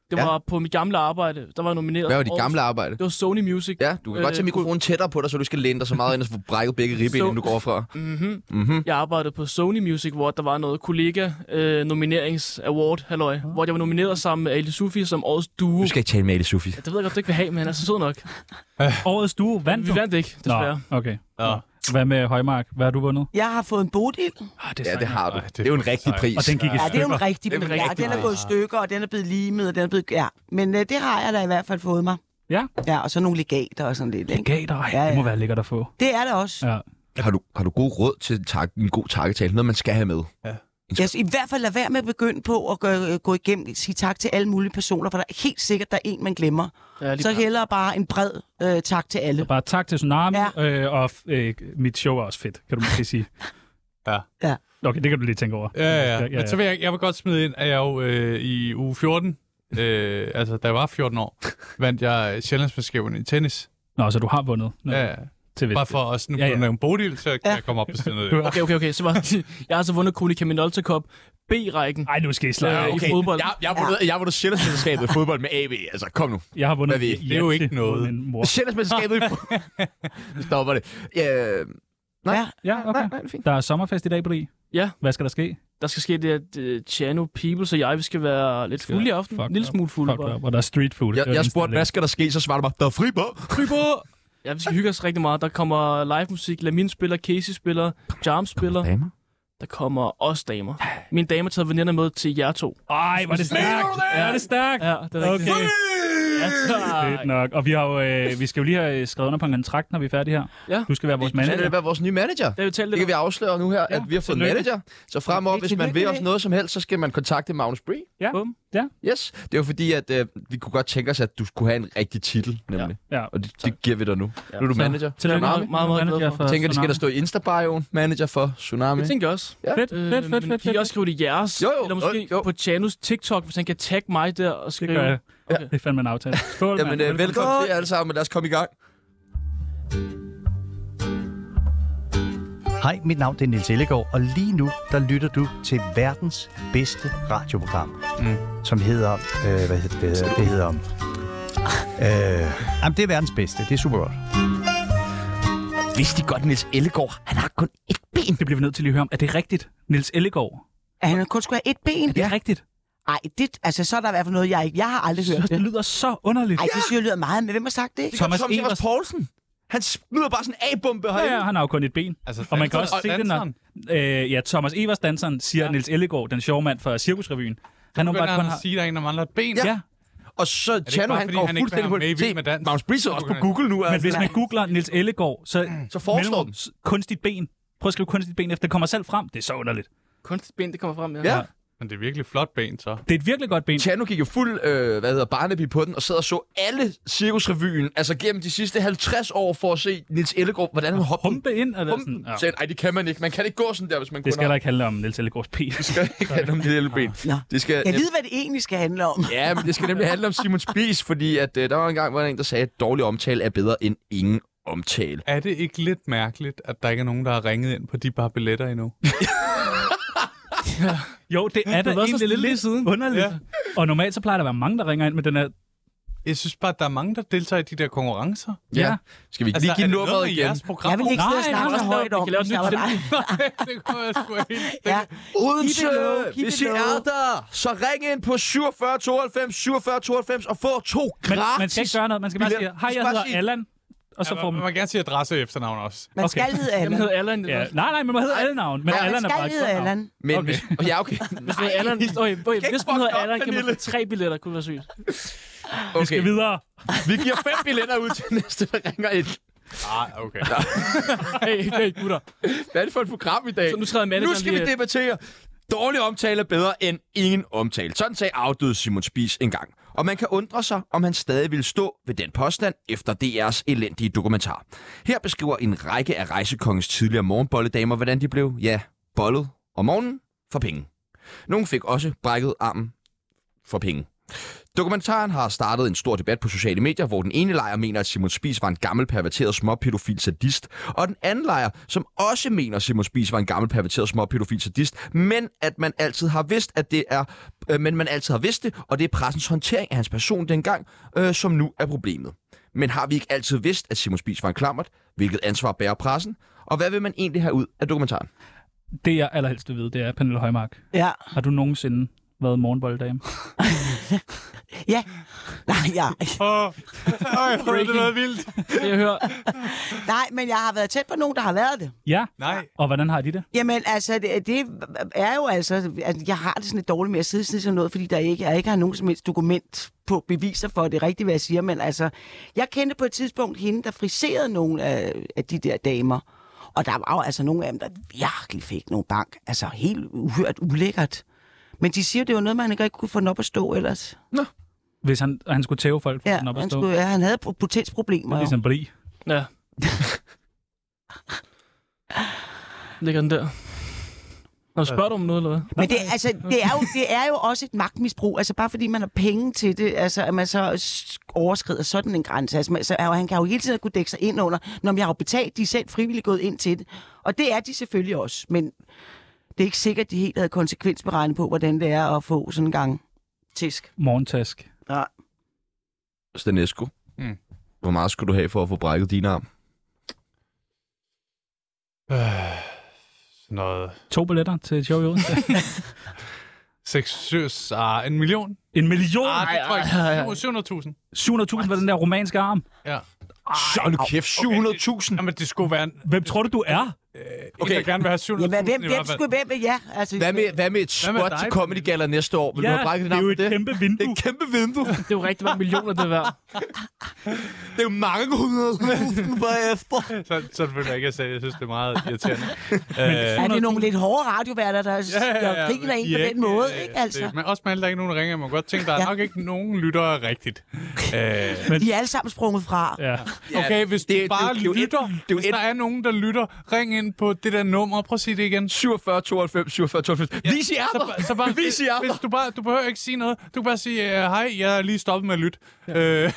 Det Ja. var på mit gamle arbejde. Der var jeg nomineret. Hvad var dit Årets- gamle arbejde? Det var Sony Music. Ja, du kan godt tage Øh, mikrofonen tættere på dig, så du skal læne dig så meget ind, og så få brækket begge ribben, Så- inden du går fra. Mhm. Mhm. Jeg arbejdede på Sony Music, hvor der var noget kollega øh, nominerings award, halløj, hvor jeg var nomineret sammen med Ali Sufi som årets duo. Du skal ikke tale med Ali Sufi. Ja, det ved jeg godt, du ikke vil have, men han er så sød nok. Årets duo vandt Vi du? vandt ikke, desværre. Nå, okay. Ja. Hvad med Højmark? Hvad har du vundet? Jeg har fået en bodil. Ah, det Ja, det har du. Ej, det Det er jo en er rigtig sejt. pris. Og den gik i Ja, det er jo stykker. en rigtig Det er en ja, rigtig den er pris. gået i stykker, og den er blevet limet, og den er blevet... Ja, men øh, det har jeg da i hvert fald fået mig. Ja. Ja, og så nogle legater og sådan lidt, ikke? Gav dig. Ja, ja. Det må være lækkert at få. Det er det også. Ja. Har du, har du god råd til tak, en god takketale? Noget, man skal have med? Jeg skal i hvert fald lade være med at begynde på at gå, gå igennem, sige tak til alle mulige personer, for der er helt sikkert, der er en, man glemmer. Ja, lige Så præcis. hellere bare en bred øh, tak til alle. Bare tak til Tsunami, Ja. øh, og øh, mit show er også fedt, kan du måske sige. Ja. Ja. Okay, det kan du lige tænke over. Ja, ja, ja. Men så vil jeg, jeg vil godt smide ind, at jeg jo øh, i uge fjorten, øh, altså da jeg var fjorten år, vandt jeg Sjællandsmesterskaberne i tennis. Nå, så du har vundet. Nå, Ja, ja. til Bare for at sådan Ja, ja, ja. ja. en bodil, så kan Ja. jeg komme op på sådan noget. Du har- Okay, okay, okay. Så var, jeg har så vundet Konica Minolta Cup B-rækken Ej, nu skal I slappe øh, af. i fodbold. Jeg, jeg, har vundet, jeg har vundet Sjællandsmesterskabet i fodbold med A B. Altså, kom nu. Jeg har vundet Hvad ved I? i- Det er jo Yatzy ikke noget. mod min mor. Sjællandsmesterskabet i fodbold. Nu stopper det. Ja, nej, Ja. Ja, okay. nej, nej, det er fint. Der er sommerfest i dag, Bri. Ja. Hvad skal der ske? Der skal ske det, at uh, Chano, Peoples og jeg, vi skal være lidt fulde i aften. Fuck En lille up. smule fulde. Fuck bare. up. Og der er street food. Jeg, Det er jeg den spurgte, stille. hvad skal der ske? Så svarer du bare, der er fri på. Fri på! Ja, vi skal hygge os rigtig meget. Der kommer live musik. Lamin spiller, Casey spiller, Jarm spiller. Damer. Der kommer også damer. Min dame har taget veninder med til jer to. Ej, var det stærkt. Ja, var det stærkt. Ja, det er rigtigt. Okay. Ja, Fedt tak. nok. Og vi, har jo, øh, vi skal jo lige have skrevet under på en kontrakt, når vi er færdige her. Ja. Du skal være vores Du skal manager. være vores nye manager. Det har vi talt Det lidt kan vi om. afsløre nu her, at vi har fået en tillykke. manager. Så fremover, hvis man vil Tillykke os med noget som helst, så skal man kontakte Magnus Brie. Ja. Bum. Yes. Det er jo fordi, at øh, vi kunne godt tænke os, at du skulle have en rigtig titel, nemlig. Ja. Og det, det giver vi dig nu. Ja. Nu er du Så, manager. Tillykke. Meget, meget, meget glad Manager for. Jeg tænker, det skal der Tsunami. stå i Insta-bioen. Manager for Tsunami. Det tænker jeg også. Ja. Fedt, fedt, fedt, men fedt, kan fedt. I også skrive det jeres? Jo, jo. Eller måske Jo, jo. på Chanos TikTok, hvis han kan tagge mig der og Det skrive. gør jeg. Okay. Det er fandme en aftale. Skål, Jamen, mand. øh, velkommen til jer alle sammen, men lad os komme i gang. Hej, mit navn det er Niels Ellegaard, og lige nu der lytter du til verdens bedste radioprogram, mm. som hedder... Øh, hvad hedder det? Det hedder... Øh, jamen, det er verdens bedste. Det er super godt. Vidste de godt, Niels Ellegaard, han har kun et ben. Det bliver vi nødt til lige at høre om. Er det rigtigt, Niels Ellegaard? At han kun skulle have et ben? Er det rigtigt? Ej, det, altså, så er der i hvert fald noget, jeg ikke... Jeg har aldrig hørt Så det det. lyder så underligt. Ej, det synes jeg lyder meget, men hvem har sagt det? Thomas Thomas Evers. Poulsen. Han smider bare sådan en A-bombe herinde. Ja, ja, han har jo kun et ben. Altså, Og man kan også danseren- se det, når... danseren. Øh, ja, Thomas Evers, danseren, siger ja. Niels Ellegaard, den sjove mand fra Cirkusrevyen. Han Nu åbenbart begynder kun han har... at sige, at der er en, der mangler et ben. Ja. Og så ikke Chano, bare, han fordi går han ikke vil fuldstændig på være med i Vild Se, med Dans? Magnus Brie sidder også på begynder- Google nu. Men Altså. hvis man googler Niels Ellegaard, så... Så foreslår mellemrum, den. s- kunstigt ben. Prøv at skrive kunstigt ben, efter det kommer selv frem. Det er så underligt. Kunstigt ben, det kommer frem. Ja. Ja. Men det er virkelig flot ben, så. Det er et virkelig godt ben. Chano gik jo fuld, øh, hvad hedder, Barnaby på den, og sad og så alle Cirkusrevyen, altså gennem de sidste halvtreds år, for at se Niels Ellegaard, hvordan han hoppede. Humpe ind, eller Humpen. sådan. Ja. Sagde, ej, det kan man ikke. Man kan ikke gå sådan der, hvis man Det kun skal har... da ikke handle om Niels Ellegaards ben. Det skal ikke handle om det lille ben. Nå. Det skal... Jeg ved, hvad det egentlig skal handle om. Ja, men det skal nemlig handle om Simon Spies, fordi at, øh, der var en gang, hvor der en, der sagde, at dårlig omtale er bedre end ingen omtale. Er det ikke lidt mærkeligt, at der ikke er nogen, der har ringet ind på de bare billetter endnu? Jo, det er da Det var så egentlig stille lige lidt siden. underligt. Ja. Og normalt så plejer der at være mange, der ringer ind med den her... Jeg synes bare, at der er mange, der deltager i de der konkurrencer. Ja. Skal vi Altså, lige give er det nummeret noget med igen? jeres program? Jeg vil ikke sidde og Nej, snakke nej, så nej, højt vi om, kan lave et hvis jeg var dig. det kommer jeg sgu helt... Ja. Odense! Keep it low, keep Hvis it I low. er der, så ring ind på syvogfyrre tooghalvfems syvogfyrre tooghalvfems og få to Men gratis. man skal ikke gøre noget. Man skal bare sige, billetter. hej, Du jeg skal bare hedder sige- Allan. Og så Ja, får man man... må gerne sige adresse og efternavn også. Man Okay. skal hedde Jamen, Allan. hedder Allan. Ja, nej, nej, man må hedde alle navn. Men Ja, Man Allan er bare skal et hedde godt navn. Allan. Men Okay. hvis... Ja, okay. Hvis det er Allan, okay, okay, ikke hvis man fuck hedder op, Allan, kan man få Pernille. tre billetter. Kunne være sygt. Vi skal Okay. videre. Vi giver fem billetter ud til næste, der ringer ind. Ah, okay. Hey, hey, gutter. Hvad er det for et program i dag? Så nu træder manageren Nu skal vi lige- debattere. Dårlig omtale er bedre end ingen omtale. Sådan sagde afdøde Simon Spies engang. Og man kan undre sig, om han stadig vil stå ved den påstand efter D R's elendige dokumentar. Her beskriver en række af rejsekongens tidligere morgenbolledamer, hvordan de blev, ja, bollet om morgenen for penge. Nogle fik også brækket armen for penge. Dokumentaren har startet en stor debat på sociale medier, hvor den ene lejr mener, at Simon Spies var en gammel perverteret småpædofil sadist, og den anden lejr, som også mener, at Simon Spies var en gammel perverteret småpædofil sadist, men at man altid har vidst, at det er, øh, men man altid har vidst det, og det er pressens håndtering af hans person dengang, øh, som nu er problemet. Men har vi ikke altid vidst, at Simon Spies var en klammert? Hvilket ansvar bærer pressen? Og hvad vil man egentlig have ud af dokumentaren? Det, jeg allerhelst vil vide, det er Pernille Højmark. Ja. Har du nogensinde været morgenbolddame? Ja. Nej, ja. Åh, oh, det var vildt. Jeg hører. Nej, men jeg har været tæt på nogen, der har været det. Ja. Nej. Og hvordan har de det? Jamen, altså, det, det er jo altså... altså jeg har det sådan lidt dårligt med at sidde sådan sådan noget, fordi der ikke, jeg ikke har nogen som helst dokument på beviser for det rigtige, hvad jeg siger. Men altså, jeg kendte på et tidspunkt hende, der friserede nogle af, af de der damer. Og der var jo altså nogle af dem, der virkelig fik nogle bank. Altså, helt uhørt ulækkert. Men de siger, det var noget, man ikke rigtig kunne få den op at stå ellers. Nå. Hvis han, han skulle tæve folk for ja, den op at han stå? Skulle, ja, han havde potensproblemer. Ligesom Bri. Ja. Ligger den der. Nå, spørger du om noget, eller hvad? Men det, altså, det, er jo, det er jo også et magtmisbrug. Altså, bare fordi man har penge til det, altså, at man så overskrider sådan en grænse. Altså, man, så, han kan jo hele tiden kunne dække sig ind under, når jeg har betalt, de er selv frivilligt gået ind til det. Og det er de selvfølgelig også. Men det er ikke sikkert, at de helt havde konsekvensberegnet på, hvordan det er at få sådan en gang tisk. Morgentask. Ja. Stanesco, mm. hvor meget skulle du have for at få brækket din arm? Øh, noget... To billetter til et show i Odense. Seks, syv, ah, en million? En million? Ah, det tror jeg ikke. syv hundrede tusind. syv hundrede tusind var den der romanske arm? Ja. Så hold kæft, syv hundrede tusind? Jamen, det skulle være en... Hvem tror du, du er? Okay, jeg gerne vil have syv hundrede tusind. Jamen, hvem, hvem skulle hvem? Ja, altså... Hvad med, hvad med et spot til Comedy Gala næste år? Vil ja, du have brækket din arm for det? det? er jo et kæmpe vindue. Det er et kæmpe vindue. Det er jo rigtig mange millioner, det er værd. Det er jo mange hundrede tusind bagefter. Så, så føler jeg ikke, at jeg synes, det er meget irriterende. Er det nogle lidt hårde radioværter, der ja, ja, ja, griner en ja, på den måde, ja, ikke altså? Det, men også med alle, der er ikke nogen, der ringer. Man kan godt tænke, der er ja. nok ikke nogen lyttere rigtigt. Øh, men, de er alle sammen sprunget fra. Ja. Okay, hvis det, du bare det, det, lytter, det, det, hvis der er nogen, der lytter, ring ind på det der nummer. Prøv at sige det igen. syvogfyrre tooghalvfems syvogfyrre tooghalvfems. Ja. Vis jer så, så bare, Vis jer hvis du bare, du behøver ikke sige noget. Du kan bare sige, hej, jeg er lige stoppet med at lytte. Ja. Øh.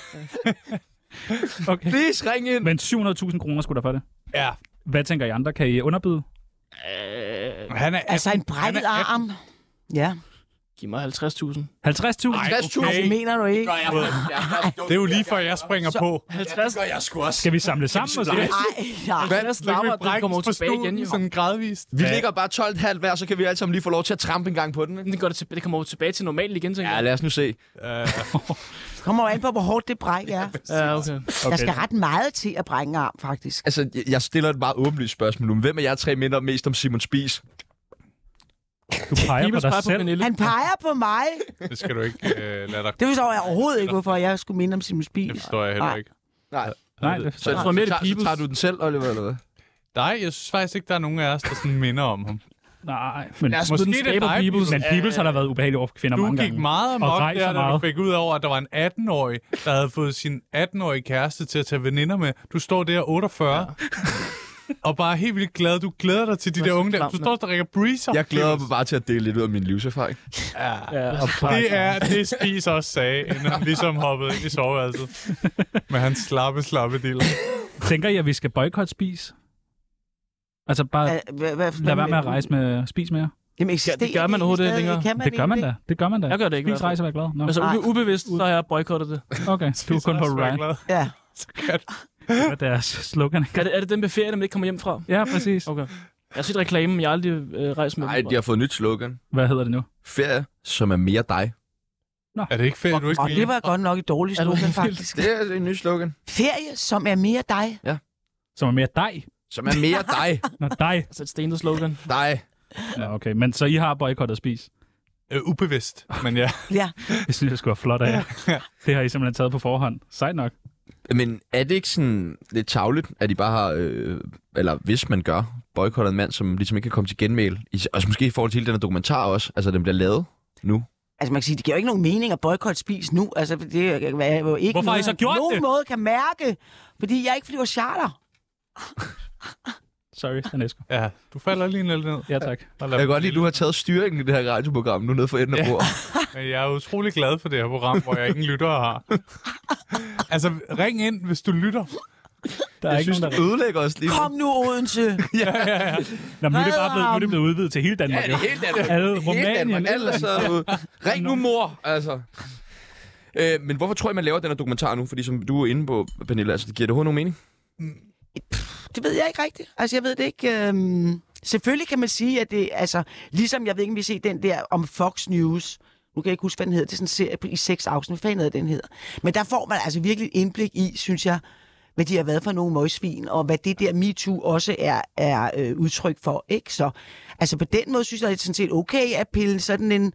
Okay. Please, ring ind. Men syv hundrede tusind kroner skulle der for det. Ja. Hvad tænker I andre? Kan I underbyde? Øh, han er, altså en brækket arm. Ja. Giv mig halvtreds tusind. halvtreds tusind? halvtreds tusind? Okay. mener du ikke? Det er jo lige før, jeg springer så, på. halvtreds gør jeg sgu også. Skal vi samle sammen? Nej, nej. halvtreds lammer, det kommer tilbage igen. Jo. Sådan gradvist. Vi ligger bare tolv komma fem hver, så kan vi alle sammen lige få lov til at trampe en gang på den. Ikke? Det, går det, til, det kommer jo tilbage til normalt igen, tænker jeg. Ja, lad os nu se. Det kommer jo an på, hvor hårdt det bræk er. Ja, okay. okay. Der skal ret meget til at brække en arm, faktisk. Altså, jeg stiller et meget åbenlyst spørgsmål nu. Hvem af jer tre minder mest om Simon Spies? Du peger på dig selv. Han peger på mig. Det skal du ikke uh, lade dig... Det forstår jeg overhovedet ikke, hvorfor jeg skulle minde om Simon Spies. Det forstår jeg heller ikke. Nej. Nej, det så, så, så, så tager du den selv, Oliver, eller hvad? Nej, jeg synes faktisk ikke, der er nogen af os, der sådan minder om ham. Nej, men måske det er dig, Peoples. Men Peoples har der været ubehagelig over for kvinder du mange gange. Du gik meget amok der, da du fik ud over, at der var en atten-årig, der havde fået sin atten-årige kæreste til at tage veninder med. Du står der otteogfyrre. Ja. Og bare helt vildt glad. Du glæder dig til de der unge der. Du står der og drikker breezer. Jeg glæder mig bare til at dele lidt ud af min livserfaring. Ja, ja. Det er det, Spies også sagde, inden han ligesom hoppede ind i soveværelset. Med hans slappe, slappe diller. Tænker I, at vi skal boykotte Spies? Altså bare lad være med at rejse med Spies mere? Jamen, det gør man overhovedet ikke længere. Det gør man da. Det gør man da. Jeg gør det ikke. Spies rejse og glad. No. Altså ube- ubevidst, så har jeg boykottet det. Okay, du er kun på Ryan. Ja. Det er deres slogan. Er det, er det den med ferie, der ikke kommer hjem fra? Ja, præcis. Okay. Jeg har set reklamen, men jeg har aldrig øh, rejst med Nej, de har fået nyt slogan. Hvad hedder det nu? Ferie, som er mere dig. Nå. Er det ikke ferie, du ikke Og det var godt nok et dårligt slogan, faktisk. Det er et nyt slogan. Ferie, som er mere dig. Ja. Som er mere dig? Som er mere dig. Nå, dig. Altså et stenet slogan. Dig. Ja, okay. Men så I har boykottet Spies? Øh, ubevidst, men ja. Ja. Det synes jeg skulle være flot af. Ja. Det har I simpelthen taget på forhånd. Sejt nok. Men er det ikke sådan lidt tarveligt, at de bare har, øh, eller hvis man gør, boykottet en mand, som ligesom ikke kan komme til genmæl? Altså måske i forhold til hele den her dokumentar også, altså den bliver lavet nu. Altså man kan sige, det giver jo ikke nogen mening at boykotte Spies nu. Altså det er jo ikke Hvorfor har I så gjort nogen det? måde kan mærke, fordi jeg ikke flyver charter. Sorry, Stanesco. Ja, du falder lige lidt ned. Ja, tak. Jeg kan godt lide, at du har taget styringen i det her radioprogram, nu nede for enden af bordet. Men jeg er utrolig glad for det her program, hvor jeg ingen lyttere har. Altså, ring ind, hvis du lytter. Der er jeg ikke synes, nogen, du ødelægger os lige nu. Kom nu, Odense! ja, ja, ja. Nå, men nu er det bare blevet, nu er det blevet udvidet til hele Danmark. Ja, det er helt Danmark. Alle Hele Rumænien. Danmark. Alle er så ude. Ring nu, mor! Altså. Øh, men hvorfor tror jeg, man laver den her dokumentar nu? Fordi som du er inde på, Pernille, altså, det giver det overhovedet nogen mening? Det ved jeg ikke rigtigt. Altså, jeg ved det ikke. Øhm... Selvfølgelig kan man sige, at det, altså, ligesom jeg ved ikke, om vi ser den der om Fox News. Nu kan jeg ikke huske, hvad den hedder. Det er sådan en serie i seks afsnit. Hvad fanden hedder den hedder? Men der får man altså virkelig et indblik i, synes jeg, hvad de har været for nogle møgsvin, og hvad det der MeToo også er, er øh, udtryk for, ikke? Så, altså på den måde synes jeg, det er sådan set okay at pille sådan en,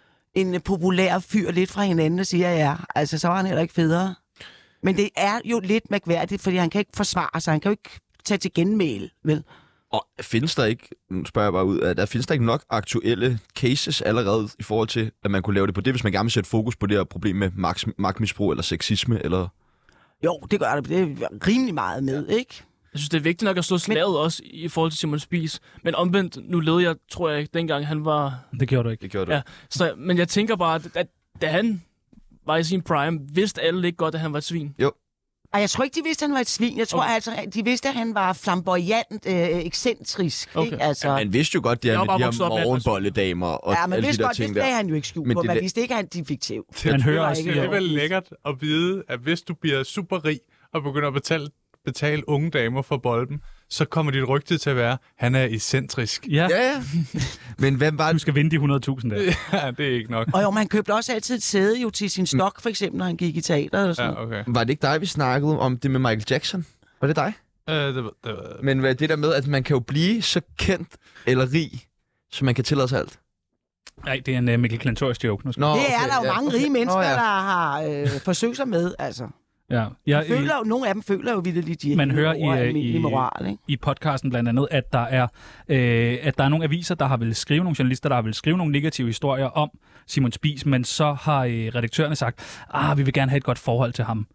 en populær fyr lidt fra hinanden og sige, ja, ja, altså så var han heller ikke federe. Men det er jo lidt mærkværdigt, fordi han kan ikke forsvare sig, han kan jo ikke tage til genmæle, vel? Og findes der ikke, nu spørger jeg bare ud, at der findes der ikke nok aktuelle cases allerede i forhold til, at man kunne lave det på det, hvis man gerne vil sætte fokus på det her problem med magt- magtmisbrug eller sexisme, eller... Jo, det gør det. Det er rimelig meget med, ikke? Jeg synes, det er vigtigt nok at slå slaget også i forhold til Simon Spies. Men omvendt, nu levede jeg, tror jeg, dengang han var... Det gjorde du ikke. Det gjorde du. Ja, så, men jeg tænker bare, at da han var i sin prime, vidste alle ikke godt, at han var et svin. Jo. Ej, jeg tror ikke, de vidste, at han var et svin. Jeg tror okay. altså, de vidste, at han var flamboyant, øh, ekscentrisk. Okay. Ikke? Altså... Ja, man vidste jo godt, det her med de her morgenbolledamer og ja, men alle de vidste der godt, ting det der. han jo ikke skjult på. Man vidste ikke, at han de fiktiv. Man hører også, det er alligevel lækkert at vide, at hvis du bliver super rig og begynder at betale, betale unge damer for bolden, så kommer dit rygte til at være, at han er excentrisk. Ja. Ja, ja. Men hvem var Du det? skal vinde de hundrede tusind der. Ja, det er ikke nok. Og jo, man købte også altid et sæde jo til sin stok, for eksempel, når han gik i teater og sådan. Ja, okay. Var det ikke dig, vi snakkede om det med Michael Jackson? Var det dig? Øh, det, var, det var... Men hvad, det der med, at man kan jo blive så kendt eller rig, så man kan tillade sig alt. Nej, det er en uh, Mikkel Klentorius joke. Nu skal... Nå, Det er okay, der jo ja. mange rige mennesker, Nå, ja. der har øh, forsøgt sig med, altså. Ja. Jeg, Føler jo, nogle af dem føler jo vitterligt, de Man er hører over i, almindelig i, moral, ikke? i podcasten blandt andet, at der er øh, at der er nogle aviser, der har vel skrive, nogle journalister, der har vel skrive nogle negative historier om Simon Spies, men så har øh, redaktørerne sagt, ah, vi vil gerne have et godt forhold til ham.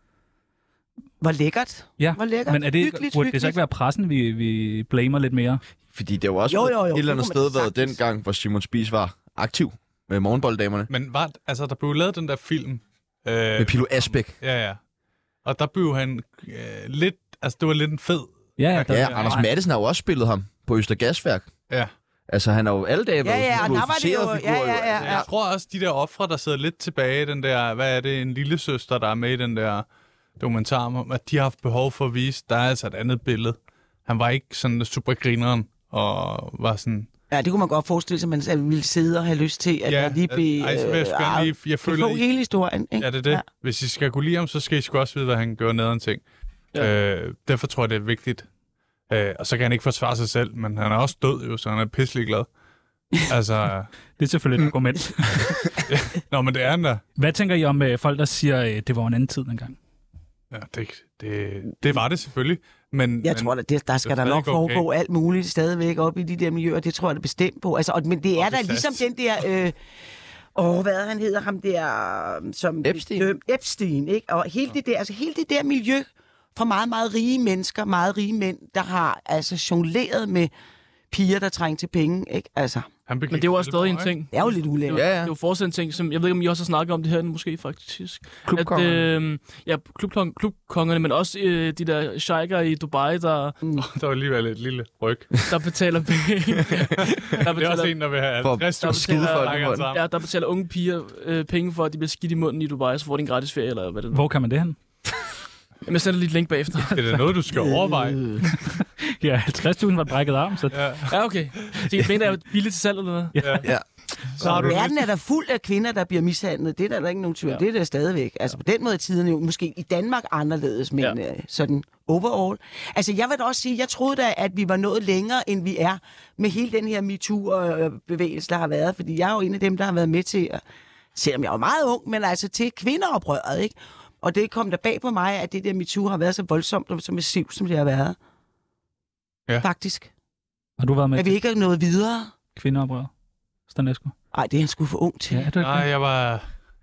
Hvor lækkert. Ja, Hvor lækkert. men er det, hyggeligt, burde det så hyggeligt. ikke være pressen, vi, vi blamer lidt mere? Fordi det var også Jo, jo, jo, et eller andet det kunne man sted været sagtens. dengang, hvor Simon Spies var aktiv med morgenbolddamerne. Men var, altså, der blev lavet den der film. Øh, Med Pilo Asbæk. Ja, ja. Og der blev han øh, lidt... Altså, det var lidt en fed... Ja, ja, der, Ja, ja, Anders Mattesen har jo også spillet ham på Østergasværk. Ja. Altså, han har jo alle dage Ja, været ja, sådan og en der var det jo- glorificeret figur, ja, ja, ja. altså. Jeg tror også, de der ofre, der sidder lidt tilbage, den der... Hvad er det? En lille søster, der er med i den der dokumentar om, at de har haft behov for at vise, der er altså et andet billede. Han var ikke sådan super grineren, og var sådan... Ja, det kunne man godt forestille sig, at man ville sidde og have lyst til, at Ja, man lige blev... ej, så vil jeg sgu gerne lige- jeg føler, få I- hele historien, ikke? Ja, det er det. Ja. Hvis I skal kunne lide ham, så skal I sgu også vide, hvad han gør nederen ting. Ja. Øh, derfor tror jeg, det er vigtigt. Øh, og så kan han ikke forsvare sig selv, men han er også død jo, så han er pisselig glad. Altså... det er selvfølgelig et argument. Nå, men det er han da. Hvad tænker I om øh, folk, der siger, øh, det var en anden tid dengang? Ja, det, det, det var det selvfølgelig. Men, Jeg men, tror, at det, der skal det er der nok stadig okay. foregå alt muligt stadigvæk op i de der miljøer. Det tror jeg, det er bestemt på. Altså, og, men det er Og da det ligesom sats. den der... Øh, åh, hvad han hedder ham der... Som Epstein. Døm, Epstein, ikke? Og hele det der, altså hele det der miljø fra meget, meget rige mennesker, meget rige mænd, der har altså jongleret med piger, der trænger til penge, ikke? Altså, Han Men det er jo også stadig en ting. det er jo lidt Det er, ulækkert. jo, Ja, ja. det er jo fortsat en ting, som jeg ved ikke, om I også har snakket om det her, måske faktisk. Klubkongerne. At, øh, ja, klubkong, klubkongerne, men også øh, de der sheiker i Dubai, der, Der var alligevel et lille ryg. der betaler penge. der Det er også betaler, en, der vil have For- halvtreds for tusind skide folk i langer munden. sammen. ja, der betaler unge piger øh, penge for, at de bliver skidt i munden i Dubai, så får de en gratis ferie, eller hvad det er. Hvor kan man det hen? Jamen, jeg sender lige et link bagefter. Det er da noget, du skal overveje. Ja, halvtreds tusind var et brækket arm, så Ja. Ja, okay. Så jeg mener, er jo billigt til salg, eller hvad? Ja. Ja. Så har du Verden lyst. er der fuld af kvinder, der bliver mishandlet. Det er der, der ikke nogen tvivl. Ja. Det er der stadigvæk. Altså på den måde er tiderne jo måske i Danmark anderledes, men ja. øh, sådan overall. Altså jeg vil da også sige, jeg troede da, at vi var nået længere, end vi er med hele den her MeToo-bevægelse, der har været. Fordi jeg er jo en af dem, der har været med til, at, selvom jeg var meget ung, men altså til kvindeoprøret, ikke? Og det kom der bag på mig, at det der MeToo har været så voldsomt og så massivt, som det har været. Ja. Faktisk. har du været med At vi ikke er nået videre. kvindeoprør? Stanesco? Nej, det er han sgu for ung til. Ja, er du ikke Nej, det? jeg var...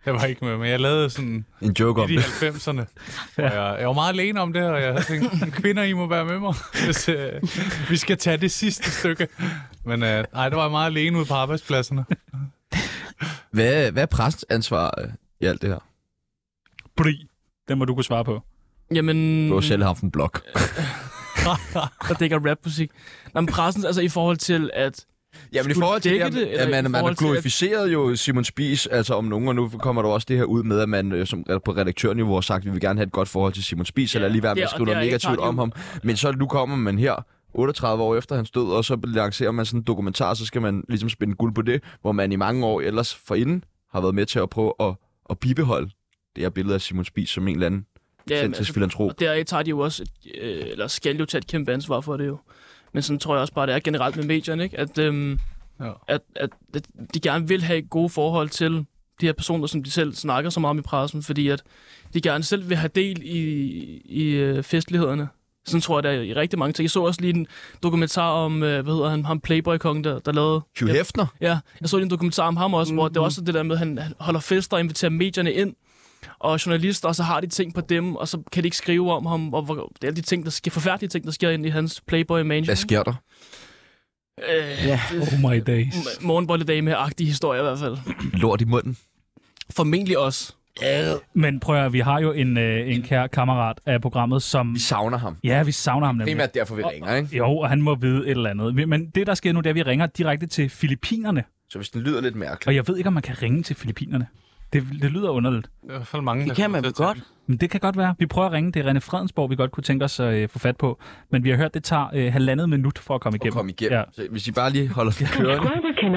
Jeg var ikke med, men jeg lavede sådan... En joke om i de det. halvfemserne. Ja. Jeg, jeg var meget alene om det, og jeg tænkte, kvinder, I må være med mig, hvis øh, vi skal tage det sidste stykke. Men øh, nej, det var meget alene ude på arbejdspladserne. Hvad, hvad er pressens ansvar øh, i alt det her? Bri. Den må du kunne svare på. Jamen... Du har selv haft en blog. Der dækker rapmusik. Nå, men pressen, altså i forhold til, at... Jamen i forhold til det, det, at man, man har glorificeret jo Simon Spies, altså om nogen, og nu kommer der også det her ud med, at man øh, som, på redaktørniveau har sagt, at vi vil gerne have et godt forhold til Simon Spies, ja, eller lige være med at skrive noget negativt om ham. Men så nu kommer man her, otteogtredive år efter hans død, og så lancerer man sådan en dokumentar, så skal man ligesom spænde guld på det, hvor man i mange år ellers forinden har været med til at prøve at, at bibeholde det her billede af Simon Spies som en eller anden ja, filantrop. Og der tager de jo også, øh, eller skal jo tage et kæmpe ansvar for det jo. Men sådan tror jeg også bare, det er generelt med medierne, ikke? At, øhm, ja. at, at, at de gerne vil have gode forhold til de her personer, som de selv snakker så meget om i pressen, fordi at de gerne selv vil have del i, i øh, festlighederne. Sådan tror jeg, der er i rigtig mange ting. Jeg så også lige en dokumentar om, øh, hvad hedder han, ham Playboy-kongen, der, der lavede... Hugh Hefner? Ja, jeg så lige en dokumentar om ham også, mm-hmm. hvor det er også det der med, at han holder fester og inviterer medierne ind, og journalister, og så har de ting på dem, og så kan de ikke skrive om ham, og hvor, det er alle de ting, der sker, forfærdelige ting, der sker ind i hans Playboy Mansion. Hvad sker der? Øh, ja. Oh my days. Morgenbolledame-agtig historie i hvert fald. Lort i munden. Formentlig også. Men prøv at, vi har jo en, øh, en kær kammerat af programmet, som... Vi savner ham. Ja, vi savner ham nemlig. Primært derfor, vi ringer, ikke? Jo, og han må vide et eller andet. Men det, der sker nu, det er, at vi ringer direkte til Filippinerne. Så hvis den lyder lidt mærkeligt. Og jeg ved ikke, om man kan ringe til Filippinerne. Det, det lyder underligt. Det er i hvert fald mange, det kan man vel godt. Men det kan godt være. Vi prøver at ringe. Det er René Fredensborg, vi godt kunne tænke os at øh, få fat på. Men vi har hørt, det tager øh, halvandet minut for at komme igennem. For at komme igennem. Ja. Så hvis I bare lige holder for kørende.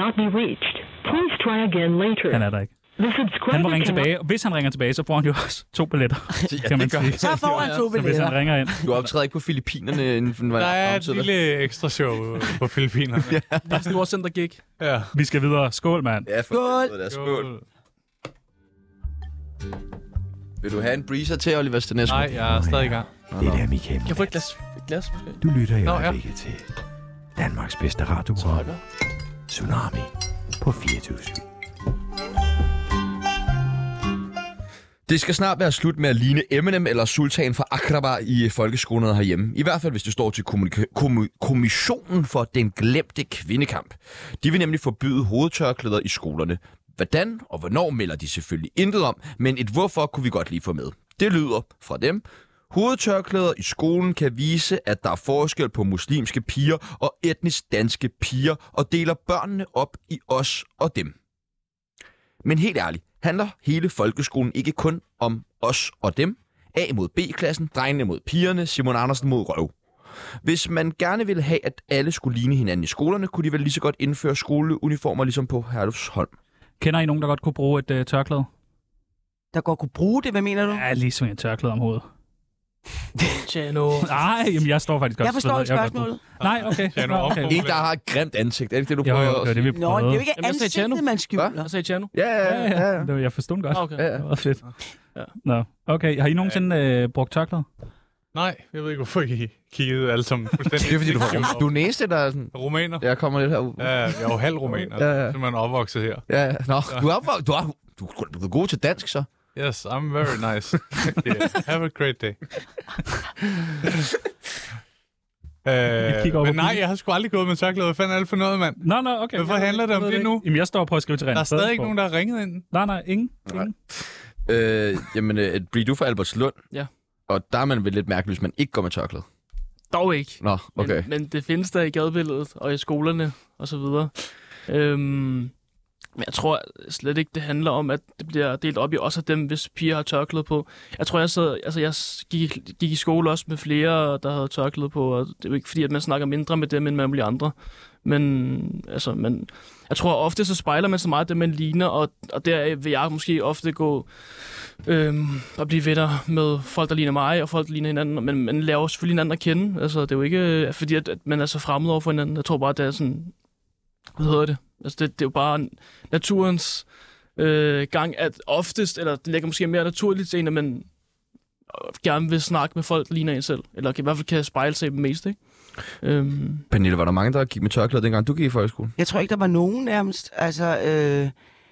Han er der ikke. Han må ringe tilbage, og hvis han ringer tilbage, så får han jo også to billetter. Ja, kan man sige. Så får han to billetter. Så hvis han ringer ind. Du optræder ikke på Filippinerne inden for en Der er et lille ekstra show på Filippinerne. Ja. Det er Storcenter gig. Ja. Vi skal videre. Skål, mand. Ja, for skål. Der. Skål. Vil du have en breezer til, Oliver Stanescu? Nej, jeg er stadig i gang. Det er Michael. Kan jeg få et glas? Et glas måske? Du lytter i Nå, øjeblikket ja. til Danmarks bedste radioprogram. Tsunami på fireogtyve syv. Det skal snart være slut med at ligne Eminem eller Sultan fra Aqaba i folkeskolerne herhjemme. I hvert fald, hvis det står til kommunika- kom- kommissionen for den glemte kvindekamp. De vil nemlig forbyde hovedtørklæder i skolerne. Hvordan og hvornår melder de selvfølgelig intet om, men et hvorfor kunne vi godt lige få med. Det lyder fra dem. Hovedtørklæder i skolen kan vise, at der er forskel på muslimske piger og etnisk danske piger, og deler børnene op i os og dem. Men helt ærligt, handler hele folkeskolen ikke kun om os og dem? A mod B-klassen, drengene mod pigerne, Simon Andersen mod røv. Hvis man gerne ville have, at alle skulle ligne hinanden i skolerne, kunne de vel lige så godt indføre skoleuniformer ligesom på Herlufsholm. Kender I nogen, der godt kunne bruge et uh, tørklæde? Der godt kunne bruge det? Hvad mener du? Ja, lige som et tørklæde om hovedet. Tjano. Nej, jamen jeg står faktisk godt. Jeg forstår ikke spørgsmålet. Nej, okay. Tjano, Nå, okay. En, der har et grimt ansigt. Er det ikke det, du Jo, prøver jo, det er det, vi Nå, prøvede. det er jo ikke Jamen, jeg sagde Tjano. ansigtet, man skylder. Jeg sagde Tjano. Ja, ja, Ja, ja. ja. Det var, jeg forstod den godt. Okay. Ja. Det var fedt. Ja. Nå, okay. Har I nogensinde øh, brugt tørklæde? Nej, jeg ved ikke, hvorfor I kiggede alle sammen fuldstændig. Det er fordi, du, var, du er den eneste, der er sådan... Romaner? Jeg kommer lidt herud. Ja, jeg er jo halv romaner. Ja, ja. Jeg er simpelthen opvokset her. Ja, ja. Nå, du er, opvok- du er, du er, du er god til dansk, så. Yes, I'm very nice. Yeah. Have a great day. øh, men nej, jeg har sgu aldrig gået med tørklæde. Hvad fanden er det for noget, mand? Nå, nå, okay. Hvorfor handler det om det nu? Jamen, jeg står og prøver at skrive til René. Der er stadig ikke nogen, der har ringet ind. Nej, nej, ingen. Nej. ingen. Øh, jamen, øh, Brie, du er fra Albertslund. Ja. Og der er man vel lidt mærkelig, hvis man ikke går med tørklæde. Dog ikke. Nå, okay. Men, men det findes der i gadebilledet og i skolerne og så videre. Øhm, men jeg tror slet ikke, det handler om, at det bliver delt op i os og dem, hvis piger har tørklæde på. Jeg tror, jeg, sad, altså, jeg gik, gik i skole også med flere, der havde tørklæde på, og det er jo ikke fordi, at man snakker mindre med dem, end med alle andre. Men altså, man, jeg tror ofte, så spejler man så meget det, man ligner, og, og der vil jeg måske ofte gå øhm, og blive venner med folk, der ligner mig, og folk, der ligner hinanden, men man lærer jo selvfølgelig hinanden at kende. Altså, det er jo ikke fordi, at, at man er så fremmed over for hinanden. Jeg tror bare, det er sådan, hvad hedder det? Altså, det, det er jo bare naturens øh, gang, at oftest, eller det ligger måske mere naturligt til en, at man gerne vil snakke med folk, der ligner en selv, eller i hvert fald kan spejle sig dem mest, ikke? Øhm. Pernille, var der mange, der gik med tørklæde, dengang du gik i folkeskolen? Jeg tror ikke, der var nogen nærmest. Altså, øh,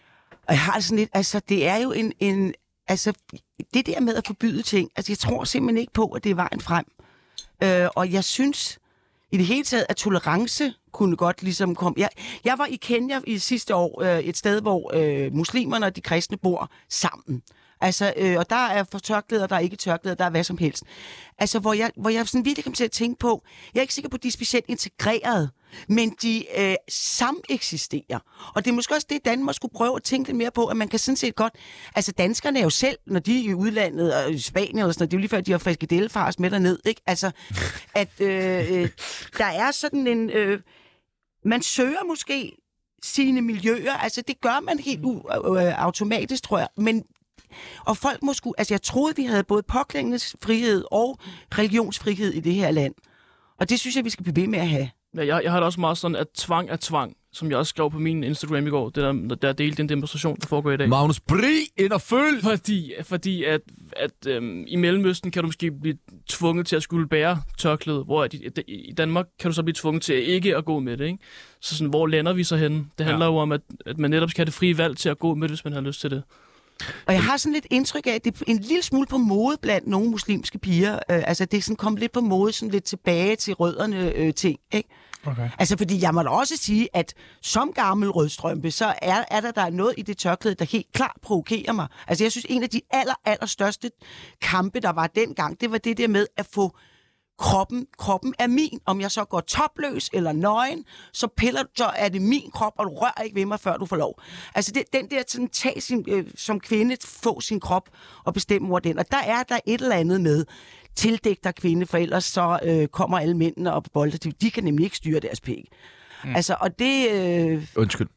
Og jeg har sådan lidt, altså det er jo en, en altså det der med at forbyde ting, altså jeg tror simpelthen ikke på, at det er vejen frem. Øh, og jeg synes i det hele taget, at tolerance kunne godt ligesom komme. Jeg, jeg var i Kenya i sidste år, øh, et sted, hvor øh, muslimerne og de kristne bor sammen. Altså, øh, og der er for tørklæder, der er ikke tørklæder, der er hvad som helst. Altså, hvor jeg, hvor jeg sådan virkelig kom til at tænke på, jeg er ikke sikker på, at de er specielt integreret, men de øh, sameksisterer. Og det er måske også det, Danmark skulle prøve at tænke lidt mere på, at man kan sådan set godt... Altså, danskerne er jo selv, når de er i udlandet og i Spanien eller sådan noget, det er jo lige før, de har frikadellefars med derned, ikke? Altså, at øh, øh, der er sådan en... Øh, man søger måske sine miljøer, altså det gør man helt u- øh, automatisk, tror jeg, men og folk må sgu, altså jeg troede, vi havde både påklædningsfrihed og religionsfrihed i det her land. Og det synes jeg, vi skal blive ved med at have. Ja, jeg, jeg har det også meget sådan, at tvang er tvang, som jeg også skrev på min Instagram i går, det der, der delte den demonstration, der foregår i dag. Magnus Bri, ind og følg! Fordi, fordi at, at øhm, i Mellemøsten kan du måske blive tvunget til at skulle bære tørklæde, hvor at i, i Danmark kan du så blive tvunget til ikke at gå med det, ikke? Så sådan, hvor lander vi så henne? Det handler ja. jo om, at, at man netop skal have det frie valg til at gå med det, hvis man har lyst til det. Og jeg har sådan lidt indtryk af, at det er en lille smule på mode blandt nogle muslimske piger. Øh, altså, det er sådan kommet lidt på mode, sådan lidt tilbage til rødderne øh, ting, ikke? Okay. Altså, fordi jeg må da også sige, at som gammel rødstrømpe, så er, er der, der er noget i det tørklæde, der helt klart provokerer mig. Altså, jeg synes, en af de aller, aller største kampe, der var dengang, det var det der med at få kroppen, kroppen er min. Om jeg så går topløs eller nøgen, så piller så er det min krop, og du rører ikke ved mig, før du får lov. Altså det, den der sådan, tag sin, øh, som kvinde, få sin krop og bestemme over den. Og der er der et eller andet med, tildæk dig kvinde, for ellers så øh, kommer alle mændene op på bolde. De, de kan nemlig ikke styre deres pæk. Mm. Altså, og det... Øh... Undskyld.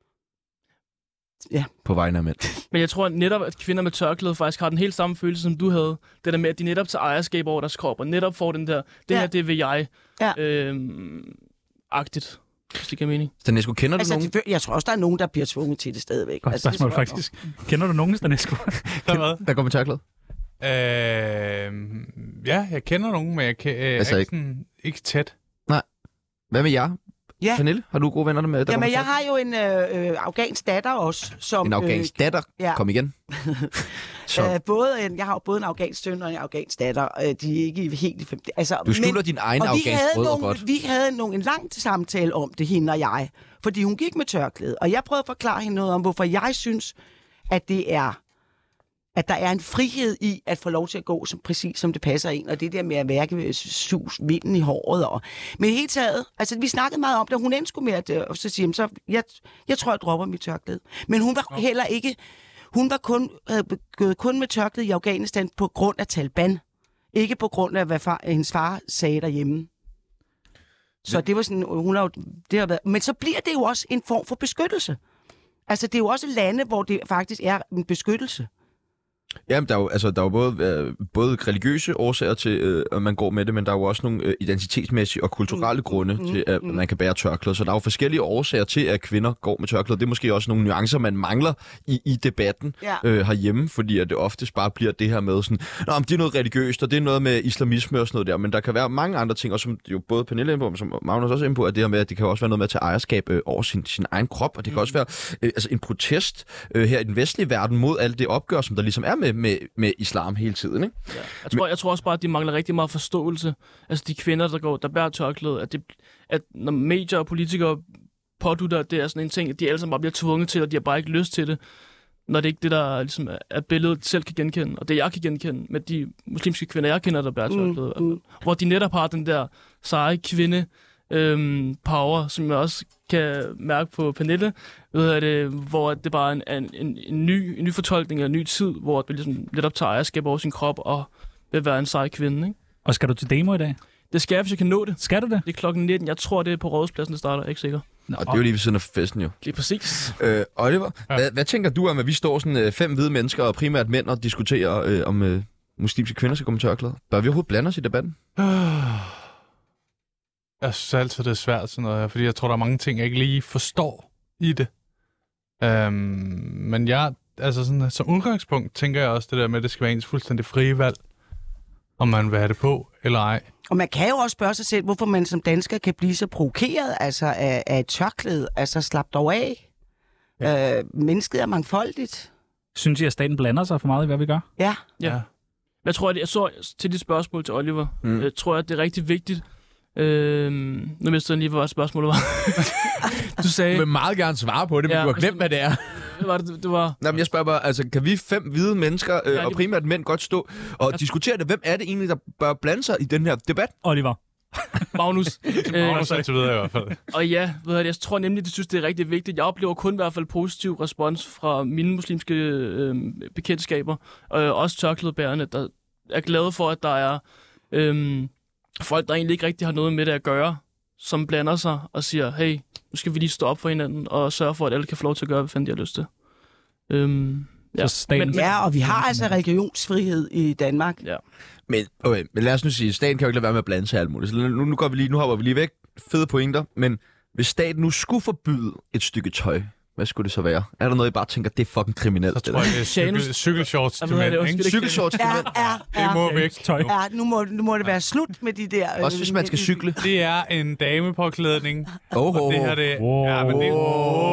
Ja. På vegne af mænd. Men jeg tror netop, at kvinder med tørklæde faktisk har den helt samme følelse, som du havde. Det der med, at de netop tager ejerskab over deres krop, og netop får den der, det ja. her, det vil jeg, ja. øhm, agtigt, hvis det giver mening. Stanesco, kender du altså, nogen? Det, jeg tror også, der er nogen, der bliver tvunget til det stadigvæk. Godt altså, spørgsmål, det faktisk. Kender du nogen, Stanesco? Der går med tørklæde? Øh, ja, jeg kender nogen, men jeg kan, øh, altså, ikke, sådan, ikke tæt. Nej. Hvad med jer? Ja. Pernille, har du gode venner med? Der Jamen, jeg har jo en øh, øh, afghansk datter også. Som, en afghansk øh, datter? Ja. Kom igen. Så. Æh, både en, jeg har jo både en afghansk søn og en afghansk datter. Øh, de er ikke helt... Altså, du skjuler din egen afghansk brødre godt. Vi havde nogle, en lang samtale om det, hende og jeg. Fordi hun gik med tørklæde. Og jeg prøvede at forklare hende noget om, hvorfor jeg synes, at det er... at der er en frihed i at få lov til at gå som, præcis som det passer ind, og det der med at værke sus vinden i håret. Og... Men i hele taget, altså vi snakkede meget om det, og hun endte sgu med at og så sige, så jeg, jeg tror, jeg dropper mit tørklæde. Men hun var okay. heller ikke, hun var kun, havde gået kun med tørklæde i Afghanistan på grund af Taliban. Ikke på grund af, hvad far, hendes far sagde derhjemme. Så det var sådan, hun har jo, det har været, men så bliver det jo også en form for beskyttelse. Altså det er jo også lande, hvor det faktisk er en beskyttelse. Jamen, der er jo, altså, der er jo både, øh, både religiøse årsager til, øh, at man går med det, men der er jo også nogle øh, identitetsmæssige og kulturelle mm. grunde mm. til, at man kan bære tørklæde. Så der er jo forskellige årsager til, at kvinder går med tørklæde. Det er måske også nogle nuancer, man mangler i, i debatten ja. øh, herhjemme, fordi at det oftest bare bliver det her med sådan, nå, men det er noget religiøst, og det er noget med islamisme og sådan noget der, men der kan være mange andre ting, og som jo både Pernille er inde på, som Magnus også er inde på, at det her med, at det kan også være noget med at tage ejerskab øh, over sin, sin egen krop, og det kan mm. også være øh, altså en protest øh, her i den vestlige verden mod alt det opgør, som der ligesom er Med, med, med islam hele tiden, ikke? Ja. Jeg, tror, jeg tror også bare, at de mangler rigtig meget forståelse. Altså de kvinder, der går, der bærer tørklæde, at, det, at når medier og politikere pådutter, det er sådan en ting, at de alle sammen bare bliver tvunget til, og de har bare ikke lyst til det, når det ikke det, der ligesom er billedet, selv kan genkende, og det jeg kan genkende med de muslimske kvinder, jeg kender, der bærer tørklæde. Mm, mm. Hvor de netop har den der seje kvinde øhm, power, som jeg også kan mærke på Pernille, ved det, hvor det bare er en, en, en, ny, en ny fortolkning af en ny tid, hvor det ligesom netop tager ejerskab over sin krop og vil være en sej kvinde. Ikke? Og skal du til demo i dag? Det skal jeg, hvis jeg kan nå det. Skal du det? Det er klokken nitten. Jeg tror, det er på Rådhuspladsen, det starter. Jeg er ikke sikker. Nå, og det er jo lige ved siden af festen jo. Lige præcis. Øh, Oliver, ja. hvad, hvad tænker du om, at vi står sådan øh, fem hvide mennesker, og primært mænd, og diskuterer, øh, om øh, muslimske kvinder skal gå med tørklæde? Bør vi overhovedet blande os i debatten? Jeg synes altid, det er svært sådan noget her, fordi jeg tror, der er mange ting, jeg ikke lige forstår i det. Øhm, men jeg, altså sådan, som udgangspunkt, tænker jeg også det der med, at det skal være ens fuldstændig frie valg, om man vil have det på eller ej. Og man kan jo også spørge sig selv, hvorfor man som dansker kan blive så provokeret altså af, af et tørklæde. Altså slap dog af. Ja. Øh, mennesket er mangfoldigt. Synes I, at staten blander sig for meget i, hvad vi gør? Ja. Ja. Jeg tror, at jeg så til dit spørgsmål til Oliver, mm. jeg tror, at det er rigtig vigtigt. Øh, nu mister jeg lige, hvad spørgsmålet var. Du sagde... Du vil meget gerne svare på det, men ja, du har glemt, hvad det er. Hvad var det, det var... Nå, men jeg spørger bare, altså, kan vi fem hvide mennesker, øh, ja, og primært mænd, godt stå og diskutere det? Hvem er det egentlig, der bør blande sig i den her debat? Oliver. Magnus. Magnus er til videre i hvert fald. Og ja, ved jeg, jeg tror nemlig, det synes, det er rigtig vigtigt. Jeg oplever kun i hvert fald positiv respons fra mine muslimske øh, bekendtskaber, og øh, også tørklædebærerne, der er glade for, at der er øh, folk, der egentlig ikke rigtig har noget med det at gøre, som blander sig og siger, hey, nu skal vi lige stå op for hinanden og sørge for, at alle kan få lov til at gøre, hvad fanden de har lyst til. Øhm, ja. staten... men, ja, og vi har altså religionsfrihed i Danmark. Ja. Men, okay, men lad os nu sige, staten kan jo ikke lade være med at blande sig alt muligt. Så nu, nu, går vi lige, nu hopper vi lige væk. Fede pointer. Men hvis staten nu skulle forbyde et stykke tøj, hvad skulle det så være? Er der noget, I bare tænker, det er fucking kriminelt? Så tror jeg, det er cykel, cykelshorts til mænd, ikke? Cykelshorts til mænd? Ja, ja, det må væk. Ja, nu må, nu må det være slut med de der... Også hvis man skal cykle. Det er en damepåklædning. Oh, oh, det her, det, oh. ja, men det,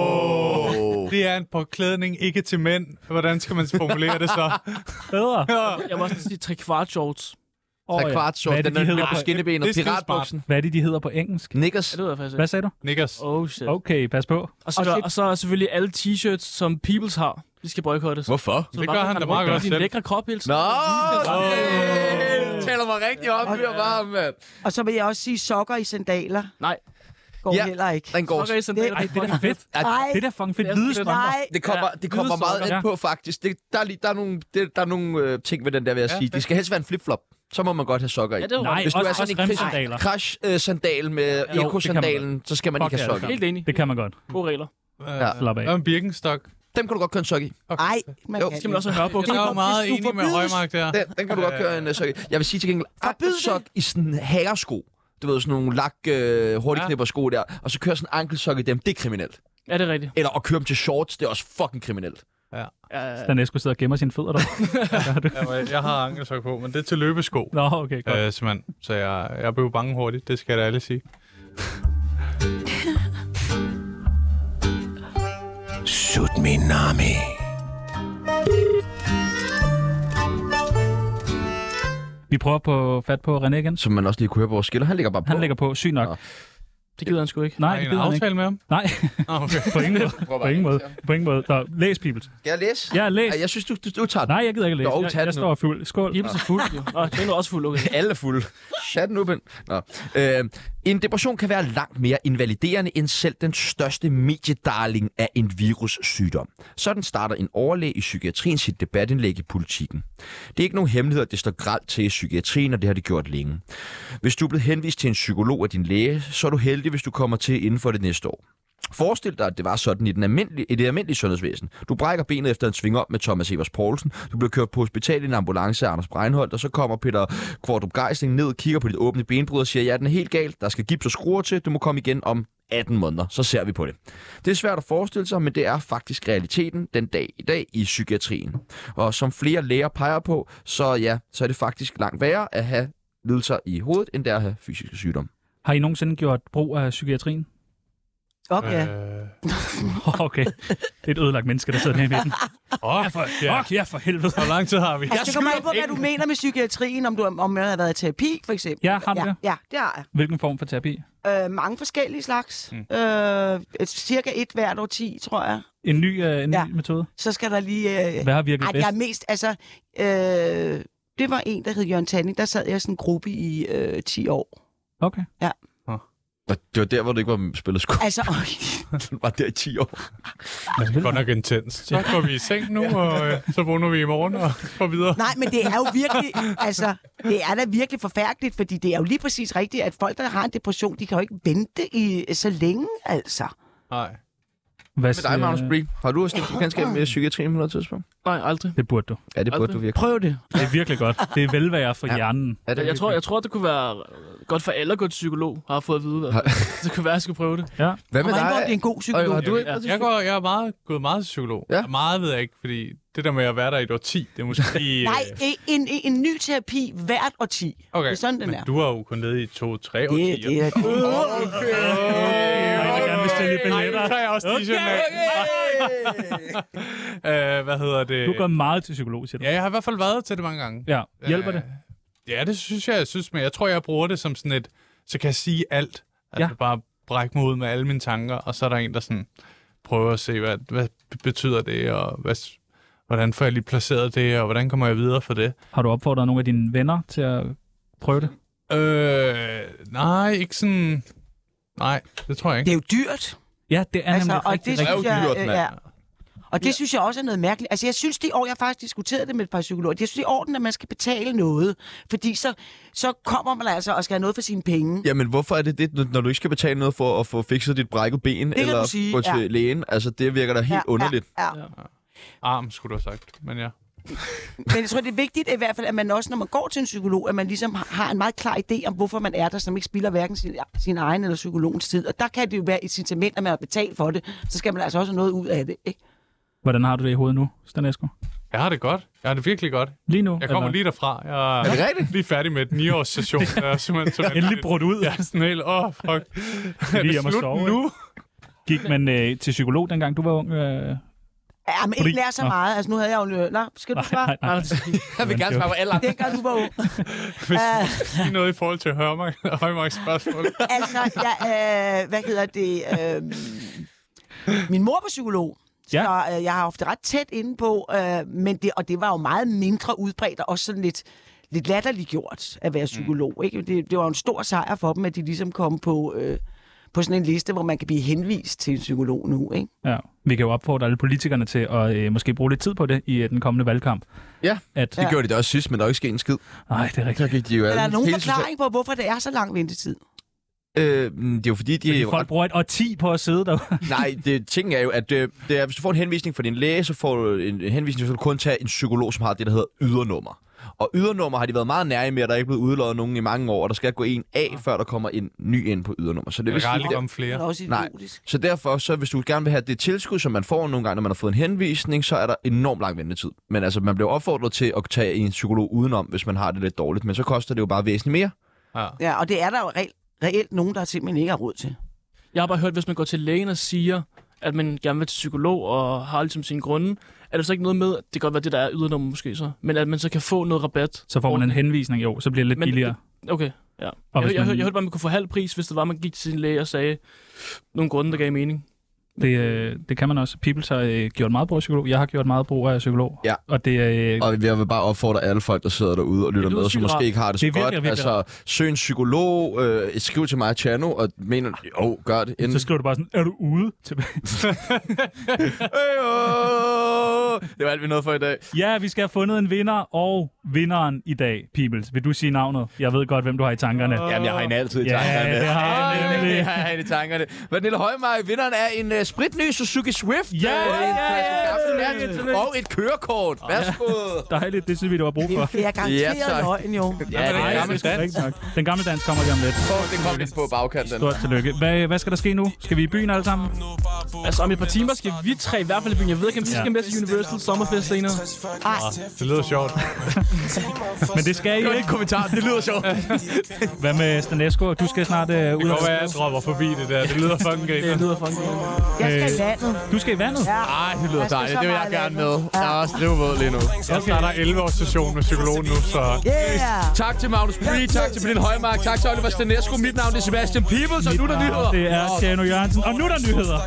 oh. det er en påklædning, ikke til mænd. Hvordan skal man formulere det så? Bedre. Jeg må også sige tre kvart shorts. Oh, tre kvart shorts, den er på skinnebenet, piratbuksen. Hvad er det, de hedder på engelsk? Knickers. Ja, det ved jeg faktisk ikke. Hvad sagde du? Knickers. Oh shit. Okay, pas på. Og så, og, og så selvfølgelig alle t-shirts, som Peoples har. De skal boykottes. Hvorfor? Så det gør han da meget godt selv. Din lækre krop hele tiden. Nå, det taler mig rigtig op, fyr varm, mand. Og så vil jeg også sige sokker i sandaler. Nej. Går ja, heller ikke. Den går. Sokker i sandaler. Ej, det er da fedt. Nej. Det er da fucking fedt. Hvide strømper. Det kommer, det kommer meget an på, faktisk. Det, der, er lige, der er nogle, det, der er nogle øh, ting ved den der, vil jeg sige. Det skal helst være en flip-flop. Så må man godt have sokker i. Ja, det er Nej, hvis du også, er sådan også en crash-sandal med ja, eko-sandalen, så skal man ikke have sokker i. Helt enig. Det kan man godt. Gode regler. Ja. Slap af. Og en Birkenstock. Dem kan du godt køre en sok i. Nej, man Jo. kan Skal man også høre på? Jeg er jo meget enig med Højmark der. Den, den kan du godt køre en uh, sok i. Jeg vil sige til gengæld, ankelsok i sådan en herresko. Du ved, sådan nogle lak øh, hurtigknippersko der. Og så køre sådan en ankelsok i dem. Det er kriminelt. Ja, det er rigtigt. Eller at køre dem til shorts, det er også fucking kriminelt. Ja. Ja, Den Esko sidder og gemmer sine fødder der. jeg, jeg har ankelsok på, men det er til løbesko. Nå, okay, godt. Øh, simpelthen. Så jeg, jeg blev bange hurtigt, det skal jeg da alle sige. Sut min nami. Vi prøver på fat på René igen. Som man også lige kunne høre på vores skiller. Han ligger bare på. Han ligger på, syg nok. Ja. det gider han sgu ikke. Nej, har det I en gider han aftale ikke. med ham? Nej, Ah, okay. på ingen måde. På ingen måde. På ingen måde. Så, læs, Peoples. Skal jeg læse? Ja, læs. Ej, jeg synes, du, du, du tager den. Nej, jeg gider ikke læse. Jo, Jeg, tag den jeg nu. står fuld. Skål. Peoples er fuld, jo. Nå, den er også fuld, okay. Alle er fulde. Shut nu, Ben. Nå. Øh, en depression kan være langt mere invaliderende end selv den største mediedarling af en virussygdom. Sådan starter en overlæge i psykiatrien sit debatindlæg i Politikken. Det er ikke nogen hemmelighed, at det står grelt til i psykiatrien, og det har det gjort længe. Hvis du er blevet henvist til en psykolog af din læge, så er du heldig, hvis du kommer til inden for det næste år. Forestil dig, at det var sådan i, den almindelige, i det almindelige sundhedsvæsen. Du brækker benet efter en sving op med Thomas Evers Poulsen. Du bliver kørt på hospital i en ambulance af Anders Breinholt, og så kommer Peter Kvartrup Geisling ned, kigger på dit åbne benbrud og siger, ja, den er helt galt, der skal gips og skruer til, du må komme igen om atten måneder, så ser vi på det. Det er svært at forestille sig, men det er faktisk realiteten den dag i dag i psykiatrien. Og som flere læger peger på, så ja, så er det faktisk langt værre at have lidelser i hovedet, end det er at have fysiske sygdomme. Har I nogensinde gjort brug af psykiatrien? Okay. Øh, Okay. Det er et ødelagt menneske, der sidder her i midten. åh, Ja, for, ja. okay, ja, for helvede. Hvor lang tid har vi? Altså, det kommer an på, hvad du mener med psykiatrien, om du om jeg har været i terapi, for eksempel. Ja, har du ja, det? ja, det har jeg. Hvilken form for terapi? Øh, mange forskellige slags. Mm. Øh, et, cirka et hvert år ti, tror jeg. En ny, øh, en Ja. ny metode? Så skal der lige... Øh, Hvad har virket ej, bedst? jeg er mest... Altså, øh, det var en, der hed Jørgen Tanning. Der sad jeg i sådan en gruppe i øh, ti år. Okay. Det var der, hvor du ikke var spillet skud. Altså, øh, Den var der i ti år. Det er godt nok intens. Så går vi i seng nu, og øh, så vågner vi i morgen og går videre. nej, men det er jo virkelig... Altså, det er da virkelig forfærdeligt, fordi det er jo lige præcis rigtigt, at folk, der har en depression, de kan jo ikke vente i så længe, altså. Nej. Hvad Med dig, Magnus Brie. Har du også stiftet bekendtskab med psykiatrien på noget tidspunkt? Nej, aldrig. Det burde du. Ja, det burde Aldrig. du virkelig. Prøv det. Det er virkelig godt. Det er velvære for Ja. hjernen. Ja, det er Jeg tror, jeg tror, det kunne være godt for alle at gå til psykolog, har jeg fået at vide. Hvad. Det kunne være, at jeg skulle prøve det. Ja. Hvad med Og dig? det er en god psykolog. Og, har du ikke? Ja. Jeg, går, jeg er meget, gået meget til psykolog. Ja. Ja. Meget ved jeg ikke, fordi det der med at være der i et årti, det er måske lige... Nej, en, en, en ny terapi hvert årti. okay. Det er sådan, den men er. du har jo kun levet i to-tre Det, årtier. det er det. Jeg vil gerne bestille billetter. Ej, nu tager jeg også t-shirten af. øh, hvad hedder det? Du går meget til psykolog, siger du. Ja, jeg har i hvert fald været til det mange gange. Ja, hjælper øh, det? Ja, det synes jeg, jeg synes, men jeg tror, jeg bruger det som sådan et, så kan jeg sige alt. Altså Ja. bare brække mig ud med alle mine tanker, og så er der en, der sådan prøver at se, hvad, hvad betyder det, og hvad, hvordan får jeg lige placeret det, og hvordan kommer jeg videre for det. Har du opfordret nogle af dine venner til at prøve det? Øh, nej, ikke sådan... Nej, det tror jeg ikke. Det er jo dyrt. Ja, det er Altså, nemlig og rigtig, det rigtig synes jeg, dyrt, øh, mand. ja. Og det synes jeg også er noget mærkeligt. Altså, jeg synes, det år, jeg har faktisk diskuteret det med et par psykologer, jeg synes, det er orden, at man skal betale noget. Fordi så, så kommer man altså og skal have noget for sine penge. Jamen, hvorfor er det det, når du ikke skal betale noget for at få fikset dit brækket ben, kan eller du sige, gå til ja. lægen? Altså, det virker da helt Ja, underligt. Ja, ja. Arm, skulle du have sagt, men ja. Men jeg tror, det er vigtigt i hvert fald, at man også, når man går til en psykolog, at man ligesom har en meget klar idé om, hvorfor man er der, som ikke spilder hverken sin, sin egen eller psykologens tid. Og der kan det jo være et incitament, at man har betalt for det. Så skal man altså også have noget ud af det, ikke? Hvordan har du det i hovedet nu, Stanesco? Jeg har det godt. Jeg har det virkelig godt. Lige nu? Jeg kommer eller? lige derfra. Jeg Er det rigtigt? lige færdig med et ni-års session. Jeg er simpelthen, simpelthen Endelig brudt ud. Jeg er sådan helt, åh, oh, fuck. Er Lige det hjem og slut sove, nu? Gik man øh, til psykolog, dengang du var ung? Øh... Ja, men Fordi- ikke lære så Nå. meget. Altså, nu havde jeg jo... Nå, skal du svare? nej, nej. Jeg vil gerne svare på alle. Dengang du var ung. Hvis lige noget i forhold til Hørmark og Højmarks spørgsmål. Altså, jeg, øh, hvad hedder det? Øh, min mor var psykolog. Ja. Så øh, jeg har haft det ret tæt inde på, øh, men det, og det var jo meget mindre udbredt, og også sådan lidt, lidt latterligt gjort at være psykolog. Mm. Ikke? Det, det var jo en stor sejr for dem, at de ligesom kom på, øh, på sådan en liste, hvor man kan blive henvist til en psykolog nu. Ikke? Ja, vi kan jo opfordre alle politikerne til at øh, måske bruge lidt tid på det i øh, den kommende valgkamp. Ja, At, det gjorde de da også sidst, men der er jo ikke sket en skid. nej, det er Så rigtigt. gik de jo Men er alle der nogen hele forklaring på, hvorfor det er så lang ventetid? Øh, det er jo fordi, de er Fordi jo folk ret... bruger et årti på at sidde der. Nej, det, ting er jo, at det, det er, hvis du får en henvisning fra din læge, så får du en henvisning, så kan du kun tage en psykolog, som har det, der hedder ydernummer. Og ydernummer har de været meget nærige med, at der ikke er blevet udlået nogen i mange år, og der skal gå en af, før der kommer en ny ind på ydernummer. Så det Jeg vil kan sige, aldrig det, komme Det flere. er også Nej. idiotisk. så derfor, så hvis du gerne vil have det tilskud, som man får nogle gange, når man har fået en henvisning, så er der enormt lang ventetid. Men altså, man bliver opfordret til at tage en psykolog udenom, hvis man har det lidt dårligt, men så koster det jo bare væsentligt mere. Ja. Ja, og det er der jo reelt, reelt nogen, der simpelthen ikke har råd til. Jeg har bare hørt, hvis man går til lægen og siger, at man gerne vil til psykolog og har ligesom sine grunde, er der så ikke noget med, det kan godt være det, der er ydernummer måske så, men at man så kan få noget rabat. Så får man en henvisning, jo, så bliver det lidt Men- billigere. Okay, ja. Og Jeg, hvis jeg, jeg, man- jeg hørte bare, at man kunne få halv pris, hvis det var, man gik til sin læge og sagde nogle grunde, der gav mening. Det, øh, det kan man også. Peoples har øh, gjort meget brug af psykolog. Jeg har gjort meget brug af psykolog. Ja. Og det øh, Og jeg vil bare opfordre alle folk, der sidder derude og lytter Det lyder med, som sygt måske rart. ikke har det så Det er virkelig, godt. virkelig Altså, søg en psykolog, øh, skriv til mig, Chano, og mener, jo, gør det. så skriver du bare sådan, er du ude? Tilbage? Det var alt, vi nåede for i dag. Ja, vi skal have fundet en vinder, og vinderen i dag, Peoples. Vil du sige navnet? Jeg ved godt, hvem du har i tankerne. Jamen, jeg har hende altid i Ja, tankerne. det har jeg Åh, nemlig. det har jeg hende i tankerne. Vanille Højmark, vinderen er en uh, spritny Suzuki Swift. Ja, øh, en ja, klasse ja, Gaffel, og et kørekort. Værsgo. Dejligt, det synes vi, du har brug for. Det er garanteret Ja, tak. løgn, jo. Ja, det er Nej, gammel det er dans. rigtigt nok. Den gamle dans kommer lige om lidt. Åh, den kom lidt på bagkanten. Stort tillykke. Hvad, hvad skal der ske nu? Skal vi i byen alle sammen? Altså om et par timer skal vi tre i hvert fald i byen. Jeg ved ikke, om vi Ja. skal med til Universal Sommerfest senere. Ej, Det lyder sjovt. Men det skal I Det var ikke. ikke kommentar, det lyder sjovt. Hvad med Stanesco? Du skal snart uh, Det ud kan af... godt være, jeg dropper forbi det der. Det lyder fucking galt. Det lyder fucking godt. jeg skal i Øh, vandet. Du skal i vandet? Ja. Ej, det lyder Jeg skal dejligt. så Det vil jeg meget gerne i med. vandet. Jeg er også drivvåd lige nu. Jeg starter elleve års session med psykologen nu, så... Yeah! Tak til Magnus Bree, tak til Pernille Højmark, tak til Oliver Stanesco. Mit navn er Sebastian Peoples, og nu er der nyheder. Det er Tjano Jørgensen, og nu er der nyheder.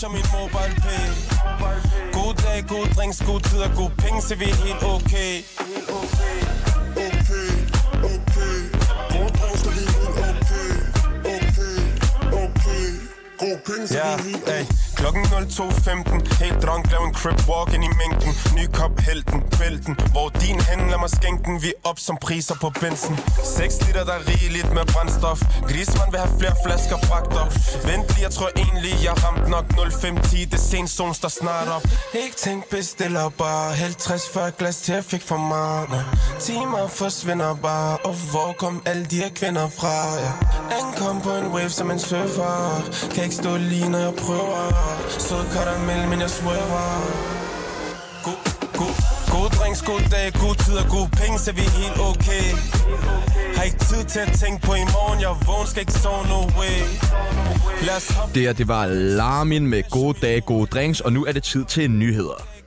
God dag, god drinks, god tid og god penge, så vi er helt okay. Okay, okay, okay. God drinks, så vi er helt okay. Okay, okay. God penge, så vi er helt okay. Klokken nul to femten, helt drunk, lav en crip walk ind i mængden. Ny kop, helten, bælten. Hvor din hen, lad mig skænke den. Vi er op som priser på benzen. seks liter, der er rigeligt med brændstof. Grisman vil have flere flasker bragt op. Vent lige, jeg tror egentlig, jeg ramt nok. nul fem ti, det er sen zone, står snart op. Ikke tænk, bestiller bare. halvtreds fyrre glas til, jeg fik for meget. Nå. Timer forsvinder bare. Og hvor kom alle de her kvinder fra? Ja. Ankom på en wave som en surfer. Kan ikke stå lige, når jeg prøver. Sød karamel, men jeg swerver. God, god, god drink. drinks, gode dage, gode tider, gode penge, så vi er helt okay. Har ikke tid til at tænke på i morgen, jeg vågen, skal ikke sove, no way. Lad os hoppe. Det her, det var Larmin med gode dage, gode drinks, og nu er det tid til nyheder.